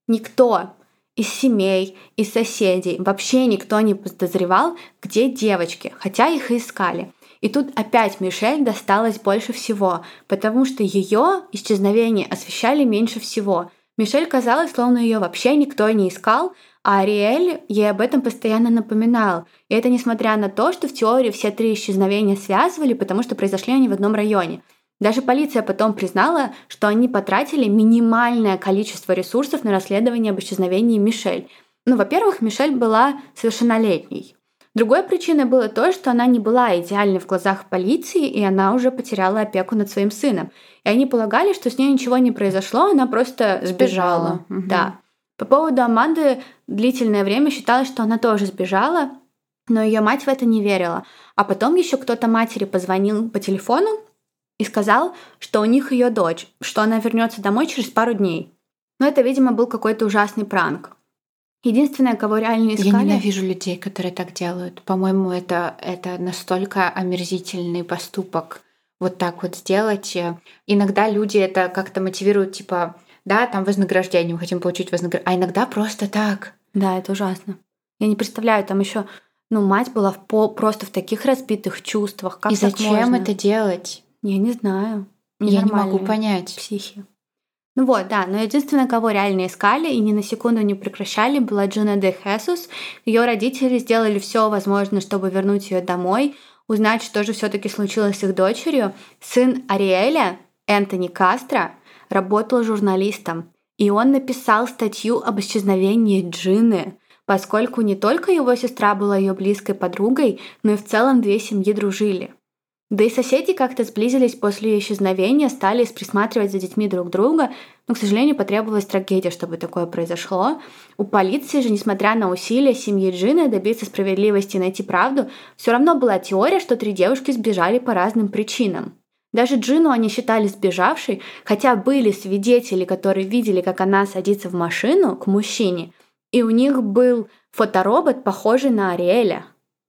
Никто из семей, из соседей, вообще никто не подозревал, где девочки, хотя их и искали. И тут опять Мишель досталось больше всего, потому что ее исчезновение освещали меньше всего. Мишель казалось, словно ее вообще никто не искал, а Ариэль ей об этом постоянно напоминал. И это несмотря на то, что в теории все 3 исчезновения связывали, потому что произошли они в одном районе. Даже полиция потом признала, что они потратили минимальное количество ресурсов на расследование об исчезновении Мишель. Во-первых, Мишель была совершеннолетней. Другой причиной было то, что она не была идеальной в глазах полиции, и она уже потеряла опеку над своим сыном. И они полагали, что с ней ничего не произошло, она просто сбежала. Да. По поводу Аманды длительное время считалось, что она тоже сбежала, но ее мать в это не верила. А потом еще кто-то матери позвонил по телефону и сказал, что у них ее дочь, что она вернется домой через пару дней. Но это, видимо, был какой-то ужасный пранк. Единственное, кого реально искали... Я ненавижу людей, которые так делают. По-моему, это настолько омерзительный поступок. Вот так вот сделать. Иногда люди это как-то мотивируют, типа, да, там вознаграждение, мы хотим получить вознаграждение. А иногда просто так. Да, это ужасно. Я не представляю, там еще, мать была просто в таких разбитых чувствах. Как и зачем можно? Это делать? Я не знаю. Я не могу понять. Психи. Но единственное, кого реально искали и ни на секунду не прекращали, была Джина де Хесус. Ее родители сделали все возможное, чтобы вернуть ее домой, узнать, что же все-таки случилось с их дочерью. Сын Ариэля, Энтони Кастро, работал журналистом, и он написал статью об исчезновении Джины, поскольку не только его сестра была ее близкой подругой, но и в целом 2 семьи дружили. Да и соседи как-то сблизились после ее исчезновения, стали присматривать за детьми друг друга, но, к сожалению, потребовалась трагедия, чтобы такое произошло. У полиции же, несмотря на усилия семьи Джины добиться справедливости и найти правду, все равно была теория, что 3 девушки сбежали по разным причинам. Даже Джину они считали сбежавшей, хотя были свидетели, которые видели, как она садится в машину к мужчине, и у них был фоторобот, похожий на Ариэля.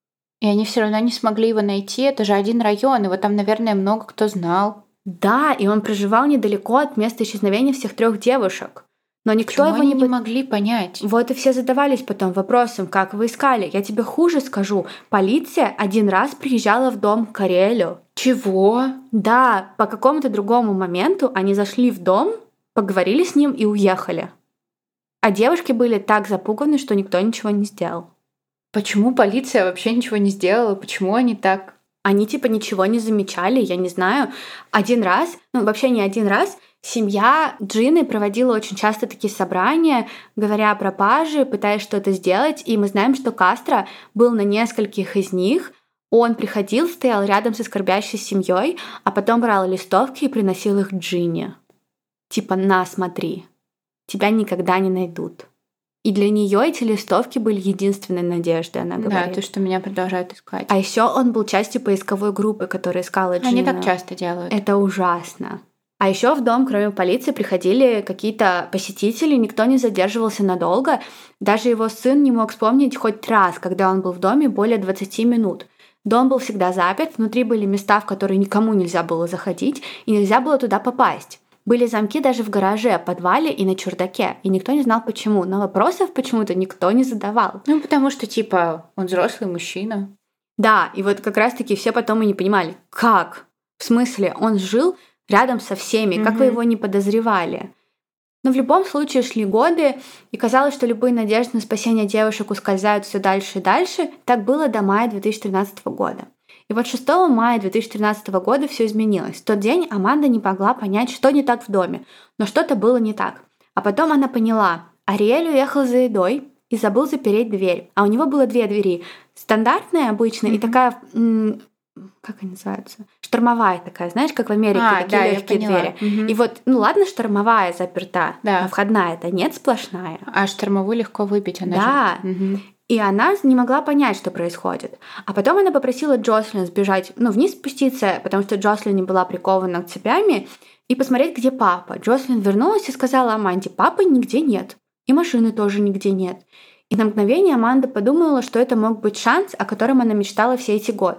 И они все равно не смогли его найти. Это же один район, его там, наверное, много кто знал. Да, и он проживал недалеко от места исчезновения всех 3 девушек. Но никто Почему его они не могли понять. Вот и все задавались потом вопросом, как вы искали. Я тебе хуже скажу. Полиция 1 раз приезжала в дом к Ариэлю. Чего? Да, по какому-то другому моменту они зашли в дом, поговорили с ним и уехали. А девушки были так запуганы, что никто ничего не сделал. Почему полиция вообще ничего не сделала? Почему они так? Они ничего не замечали, я не знаю. 1 раз, вообще не 1 раз, семья Джины проводила очень часто такие собрания, говоря о пропаже, пытаясь что-то сделать. И мы знаем, что Кастро был на нескольких из них. Он приходил, стоял рядом со скорбящей семьей, а потом брал листовки и приносил их Джине. Типа, на, смотри, тебя никогда не найдут. И для нее эти листовки были единственной надеждой, она говорит. Да, то, что меня продолжают искать. А еще он был частью поисковой группы, которая искала Джину. Они так часто делают. Это ужасно. А еще в дом, кроме полиции, приходили какие-то посетители, никто не задерживался надолго. Даже его сын не мог вспомнить хоть раз, когда он был в доме более 20 минут. Дом был всегда заперт, внутри были места, в которые никому нельзя было заходить, и нельзя было туда попасть. Были замки даже в гараже, подвале и на чердаке, и никто не знал почему, но вопросов почему-то никто не задавал. Потому что, он взрослый мужчина. Да, и вот как раз-таки все потом и не понимали, как? В смысле, он жил рядом со всеми, как вы его не подозревали? Но в любом случае шли годы, и казалось, что любые надежды на спасение девушек ускользают все дальше и дальше. Так было до мая 2013 года. И вот 6 мая 2013 года все изменилось. В тот день Аманда не могла понять, что не так в доме, но что-то было не так. А потом она поняла, Ариэль уехал за едой и забыл запереть дверь. А у него было 2 двери. Стандартная обычная и такая, как они называются? Штормовая такая, знаешь, как в Америке, такие легкие двери. И вот, ладно, штормовая заперта, а входная-то нет, сплошная. А штормовую легко выбить, она же. Да. И она не могла понять, что происходит. А потом она попросила Джослин сбежать, вниз спуститься, потому что Джослин не была прикована цепями, и посмотреть, где папа. Джослин вернулась и сказала Аманде, папы нигде нет. И машины тоже нигде нет. И на мгновение Аманда подумала, что это мог быть шанс, о котором она мечтала все эти годы.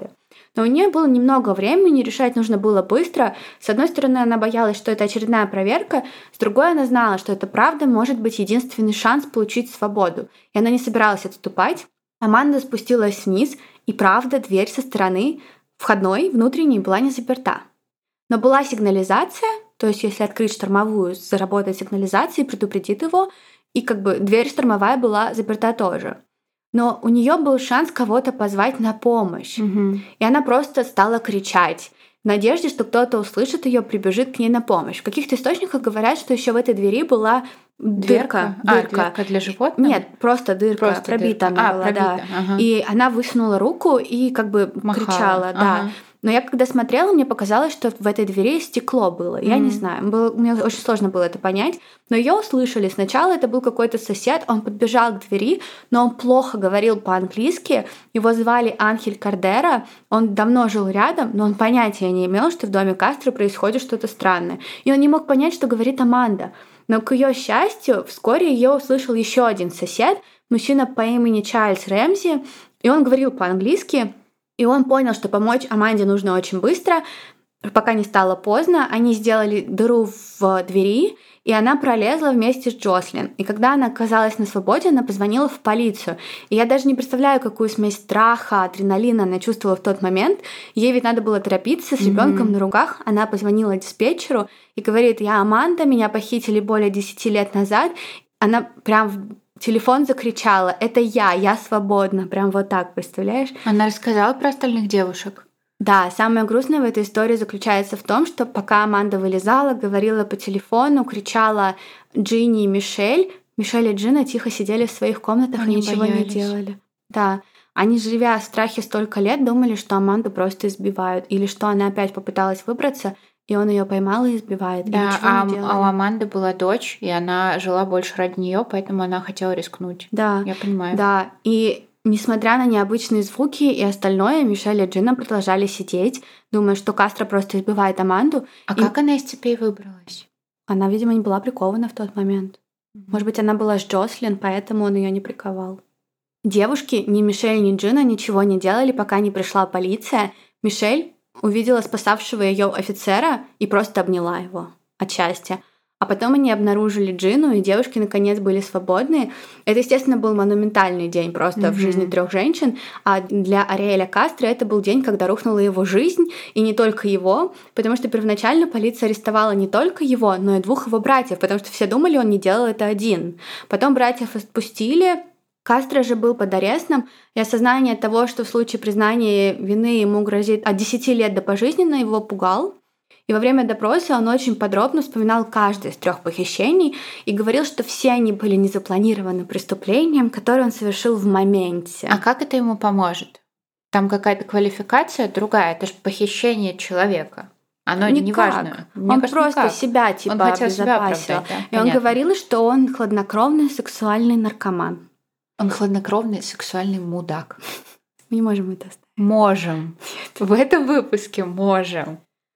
Но у нее было немного времени, решать нужно было быстро. С одной стороны, она боялась, что это очередная проверка, с другой она знала, что это правда может быть единственный шанс получить свободу, и она не собиралась отступать. Аманда спустилась вниз, и правда, дверь со стороны входной, внутренней, была не заперта. Но была сигнализация, то есть если открыть штормовую, заработает сигнализация и предупредит его, и дверь штормовая была заперта тоже. Но у нее был шанс кого-то позвать на помощь. И она просто стала кричать в надежде, что кто-то услышит ее, прибежит к ней на помощь. В каких-то источниках говорят, что еще в этой двери была дырка. Дырка для животных? Нет, просто дырка. Пробита она была, пробита. да. Ага. И она высунула руку и Махала. кричала, да. Но я когда смотрела, мне показалось, что в этой двери стекло было. Я не знаю, мне очень сложно было это понять. Но ее услышали. Сначала это был какой-то сосед, он подбежал к двери, но он плохо говорил по-английски. Его звали Анхель Кардера. Он давно жил рядом, но он понятия не имел, что в доме Кастро происходит что-то странное. И он не мог понять, что говорит Аманда. Но, к ее счастью, вскоре ее услышал еще один сосед, мужчина по имени Чарльз Рэмзи, и он говорил по-английски. И он понял, что помочь Аманде нужно очень быстро, пока не стало поздно. Они сделали дыру в двери, и она пролезла вместе с Джослин. И когда она оказалась на свободе, она позвонила в полицию. И я даже не представляю, какую смесь страха, адреналина она чувствовала в тот момент. Ей ведь надо было торопиться с ребенком на руках. Она позвонила диспетчеру и говорит: «Я Аманда, меня похитили более 10 лет назад». Она прям телефон закричала: «Это я свободна». Прям вот так, представляешь? Она рассказала про остальных девушек? Да, самое грустное в этой истории заключается в том, что пока Аманда вылезала, говорила по телефону, кричала Джинни и Мишель, Мишель и Джина тихо сидели в своих комнатах и ничего не делали. Да, они, живя в страхе столько лет, думали, что Аманду просто избивают, или что она опять попыталась выбраться, и он ее поймал и избивает. Да, а у Аманды была дочь, и она жила больше ради нее, поэтому она хотела рискнуть. Да, я понимаю. Да, и несмотря на необычные звуки и остальное, Мишель и Джина продолжали сидеть, думая, что Кастро просто избивает Аманду. Как она из цепей выбралась? Она, видимо, не была прикована в тот момент. Может быть, она была с Джослин, поэтому он ее не приковал. Девушки, ни Мишель, ни Джина ничего не делали, пока не пришла полиция. Мишель увидела спасавшего ее офицера и просто обняла его от счастья. А потом они обнаружили Джину, и девушки наконец были свободны. Это, естественно, был монументальный день просто в жизни 3 женщин, а для Ариэля Кастро это был день, когда рухнула его жизнь, и не только его, потому что первоначально полиция арестовала не только его, но и 2 его братьев, потому что все думали, он не делал это один. Потом братьев отпустили. Кастро же был под арестом, и осознание того, что в случае признания вины ему грозит от 10 лет до пожизненно, его пугал. И во время допроса он очень подробно вспоминал каждое из 3 похищений и говорил, что все они были незапланированным преступлением, которое он совершил в моменте. А как это ему поможет? Там какая-то квалификация другая, это же похищение человека. Оно не важно. Он просто себя обезопасил. И он говорил, что он хладнокровный сексуальный наркоман. Он хладнокровный сексуальный мудак. Мы не можем это оставить. Можем. Нет. В этом выпуске можем.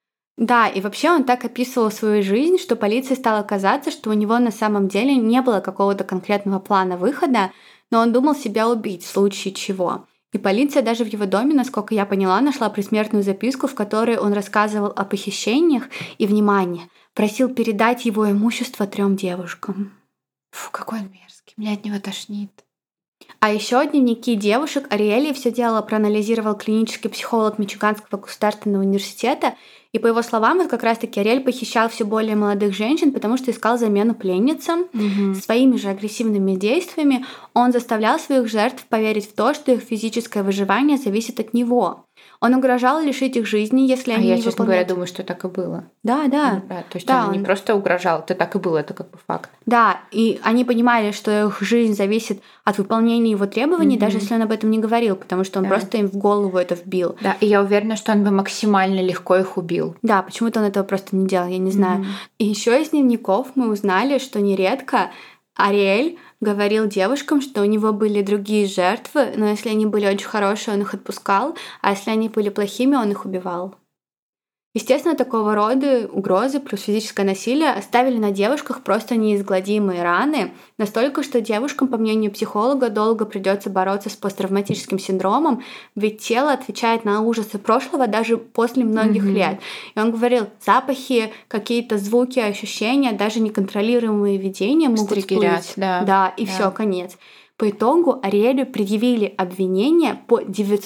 Да, и вообще он так описывал свою жизнь, что полиции стало казаться, что у него на самом деле не было какого-то конкретного плана выхода, но он думал себя убить в случае чего. И полиция даже в его доме, насколько я поняла, нашла предсмертную записку, в которой он рассказывал о похищениях и, внимание, просил передать его имущество 3 девушкам. Фу, какой он мерзкий, меня от него тошнит. А еще дневники девушек Ариэли все дело проанализировал клинический психолог Мичиганского государственного университета, и по его словам, вот как раз-таки Ариэль похищал все более молодых женщин, потому что искал замену пленницам. Своими же агрессивными действиями он заставлял своих жертв поверить в то, что их физическое выживание зависит от него. Он угрожал лишить их жизни, если они не выполняют. Я, честно говоря, думаю, что так и было. Да. То есть он не просто угрожал, это так и было, это как бы факт. Да, и они понимали, что их жизнь зависит от выполнения его требований, даже если он об этом не говорил, потому что он просто им в голову это вбил. Да, и я уверена, что он бы максимально легко их убил. Да, почему-то он этого просто не делал, я не знаю. И еще из дневников мы узнали, что нередко Ариэль говорил девушкам, что у него были другие жертвы, но если они были очень хорошие, он их отпускал, а если они были плохими, он их убивал. Естественно, такого рода угрозы плюс физическое насилие оставили на девушках просто неизгладимые раны, настолько, что девушкам, по мнению психолога, долго придется бороться с посттравматическим синдромом, ведь тело отвечает на ужасы прошлого даже после многих лет. И он говорил, запахи, какие-то звуки, ощущения, даже неконтролируемые видения могут всплыть. Да, и все, конец. По итогу Ариэлю предъявили обвинения по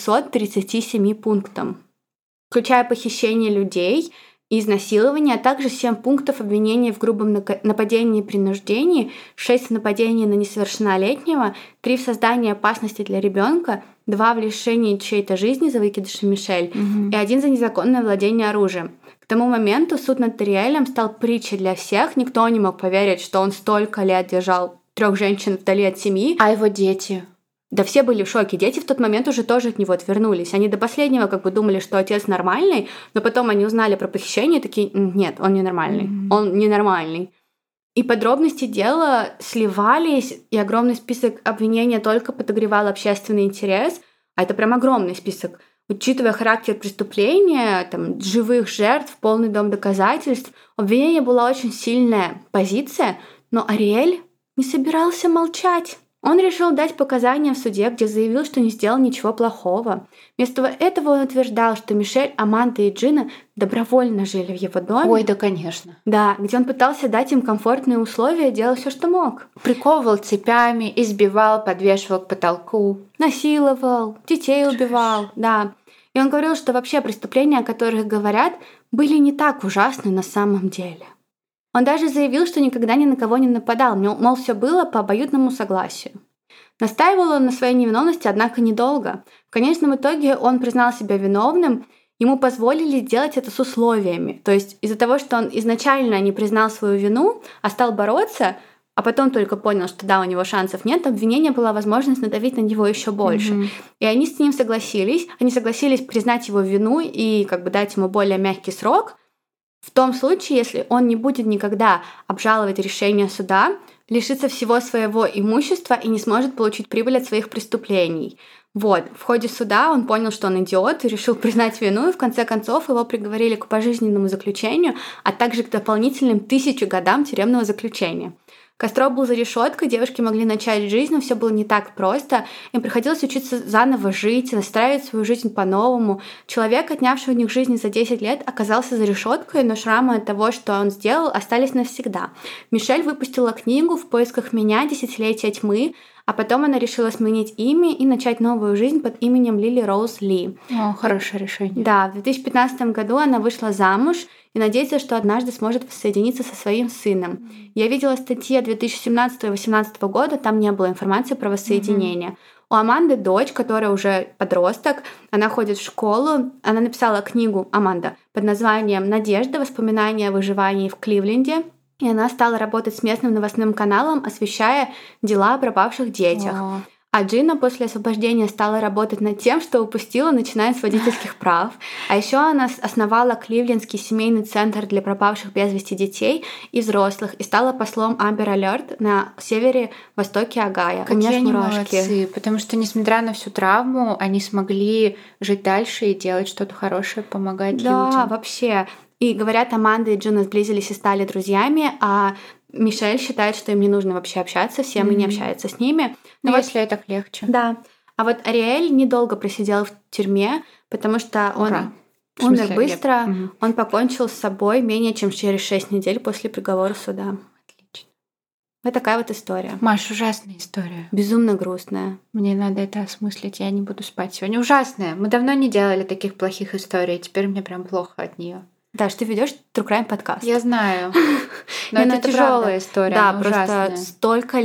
937 пунктам, включая похищение людей и изнасилование, а также 7 пунктов обвинения в грубом нападении и принуждении, 6 в нападении на несовершеннолетнего, 3 в создании опасности для ребенка, 2 в лишении чьей-то жизни за выкидыш Мишель и 1 за незаконное владение оружием. К тому моменту суд над Ариэлем стал притчей для всех, никто не мог поверить, что он столько лет держал 3 женщин вдали от семьи. А его дети? Да все были в шоке. Дети в тот момент уже тоже от него отвернулись. Они до последнего думали, что отец нормальный, но потом они узнали про похищение и такие, нет, он ненормальный, он ненормальный. И подробности дела сливались, и огромный список обвинений только подогревал общественный интерес, а это прям огромный список. Учитывая характер преступления, живых жертв, полный дом доказательств, у обвинения была очень сильная позиция, но Ариэль не собирался молчать. Он решил дать показания в суде, где заявил, что не сделал ничего плохого. Вместо этого он утверждал, что Мишель, Аманда и Джина добровольно жили в его доме. Ой, да, конечно. Да, где он пытался дать им комфортные условия, делал все, что мог. Приковывал цепями, избивал, подвешивал к потолку. Насиловал, детей убивал, да. И он говорил, что вообще преступления, о которых говорят, были не так ужасны на самом деле. Он даже заявил, что никогда ни на кого не нападал, мол, все было по обоюдному согласию. Настаивал он на своей невиновности, однако недолго. В конечном итоге он признал себя виновным, ему позволили сделать это с условиями. То есть из-за того, что он изначально не признал свою вину, а стал бороться, а потом только понял, что да, у него шансов нет, обвинение была возможность надавить на него еще больше. И они с ним согласились. Они согласились признать его вину и дать ему более мягкий срок, в том случае, если он не будет никогда обжаловать решение суда, лишится всего своего имущества и не сможет получить прибыль от своих преступлений. В ходе суда он понял, что он идиот, и решил признать вину, и в конце концов его приговорили к пожизненному заключению, а также к дополнительным 1000 годам тюремного заключения. Костро был за решеткой, девушки могли начать жизнь, но все было не так просто. Им приходилось учиться заново жить, настраивать свою жизнь по-новому. Человек, отнявший у них жизнь за 10 лет, оказался за решеткой, но шрамы от того, что он сделал, остались навсегда. Мишель выпустила книгу «В поисках меня. Десятилетия тьмы», а потом она решила сменить имя и начать новую жизнь под именем Лили Роуз Ли. О, хорошее решение. Да, в 2015 году она вышла замуж и надеется, что однажды сможет воссоединиться со своим сыном. Я видела статьи 2017-2018 года, там не было информации про воссоединение. У Аманды дочь, которая уже подросток, она ходит в школу, она написала книгу, Аманда, под названием «Надежда. Воспоминания о выживании в Кливленде». И она стала работать с местным новостным каналом, освещая дела о пропавших детях. А Джина после освобождения стала работать над тем, что упустила, начиная с водительских прав. А еще она основала Кливлендский семейный центр для пропавших без вести детей и взрослых и стала послом Amber Alert на севере-востоке Огайо. Какие они молодцы, потому что, несмотря на всю травму, они смогли жить дальше и делать что-то хорошее, помогать людям. Да, вообще. И говорят, Аманда и Джина сблизились и стали друзьями, а Мишель считает, что им не нужно вообще общаться, всем и не общается с ними. Но если это легче. Да. А вот Ариэль недолго просидел в тюрьме, потому что он умер быстро, он покончил с собой менее чем через 6 недель после приговора суда. Отлично. Вот такая вот история. Маш, ужасная история. Безумно грустная. Мне надо это осмыслить, я не буду спать сегодня. Ужасная. Мы давно не делали таких плохих историй, теперь мне прям плохо от нее. Да, что ты ведешь True Crime подкаст. Я знаю. Но это тяжелая история. Да, просто столько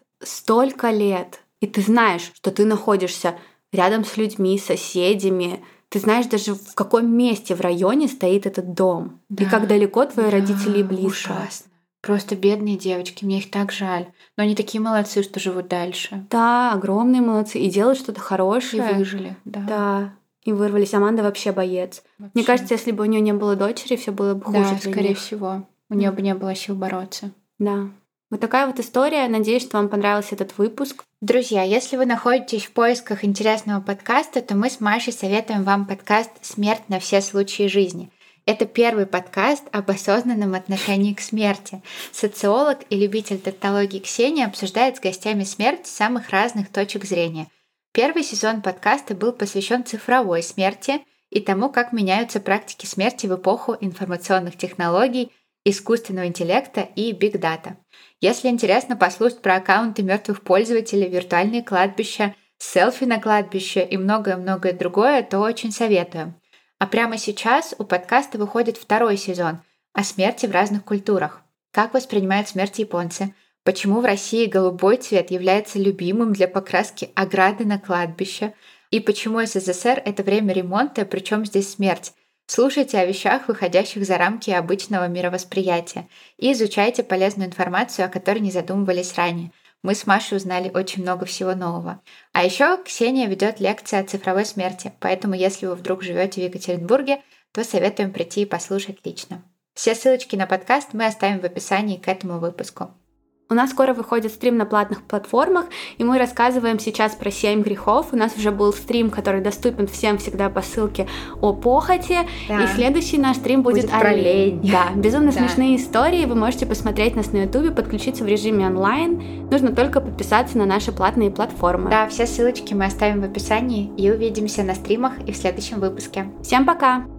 лет. И ты знаешь, что ты находишься рядом с людьми, соседями. Ты знаешь даже, в каком месте в районе стоит этот дом. И как далеко твои родители и близко. Ужасно. Просто бедные девочки, мне их так жаль. Но они такие молодцы, что живут дальше. Да, огромные молодцы. И делают что-то хорошее. И выжили, да. Да. И вырвались. Аманда вообще боец. Вообще. Мне кажется, если бы у нее не было дочери, все было бы хуже. Да, скорее всего. У нее бы не было сил бороться. Да. Вот такая вот история. Надеюсь, что вам понравился этот выпуск. Друзья, если вы находитесь в поисках интересного подкаста, то мы с Машей советуем вам подкаст «Смерть на все случаи жизни». Это первый подкаст об осознанном отношении к смерти. Социолог и любитель тавтологии Ксения обсуждает с гостями смерть с самых разных точек зрения. Первый сезон подкаста был посвящен цифровой смерти и тому, как меняются практики смерти в эпоху информационных технологий, искусственного интеллекта и биг-дата. Если интересно послушать про аккаунты мертвых пользователей, виртуальные кладбища, селфи на кладбище и многое-многое другое, то очень советую. А прямо сейчас у подкаста выходит второй сезон о смерти в разных культурах. Как воспринимают смерть японцы? Почему в России голубой цвет является любимым для покраски ограды на кладбище? И почему СССР — это время ремонта, причем здесь смерть? Слушайте о вещах, выходящих за рамки обычного мировосприятия, и изучайте полезную информацию, о которой не задумывались ранее. Мы с Машей узнали очень много всего нового. А еще Ксения ведет лекции о цифровой смерти, поэтому если вы вдруг живете в Екатеринбурге, то советуем прийти и послушать лично. Все ссылочки на подкаст мы оставим в описании к этому выпуску. У нас скоро выходит стрим на платных платформах, и мы рассказываем сейчас про 7 грехов. У нас уже был стрим, который доступен всем всегда по ссылке о похоти. Да. И следующий наш стрим будет про лень. Да, безумно смешные истории. Вы можете посмотреть нас на Ютубе, подключиться в режиме онлайн. Нужно только подписаться на наши платные платформы. Да, все ссылочки мы оставим в описании. И увидимся на стримах и в следующем выпуске. Всем пока!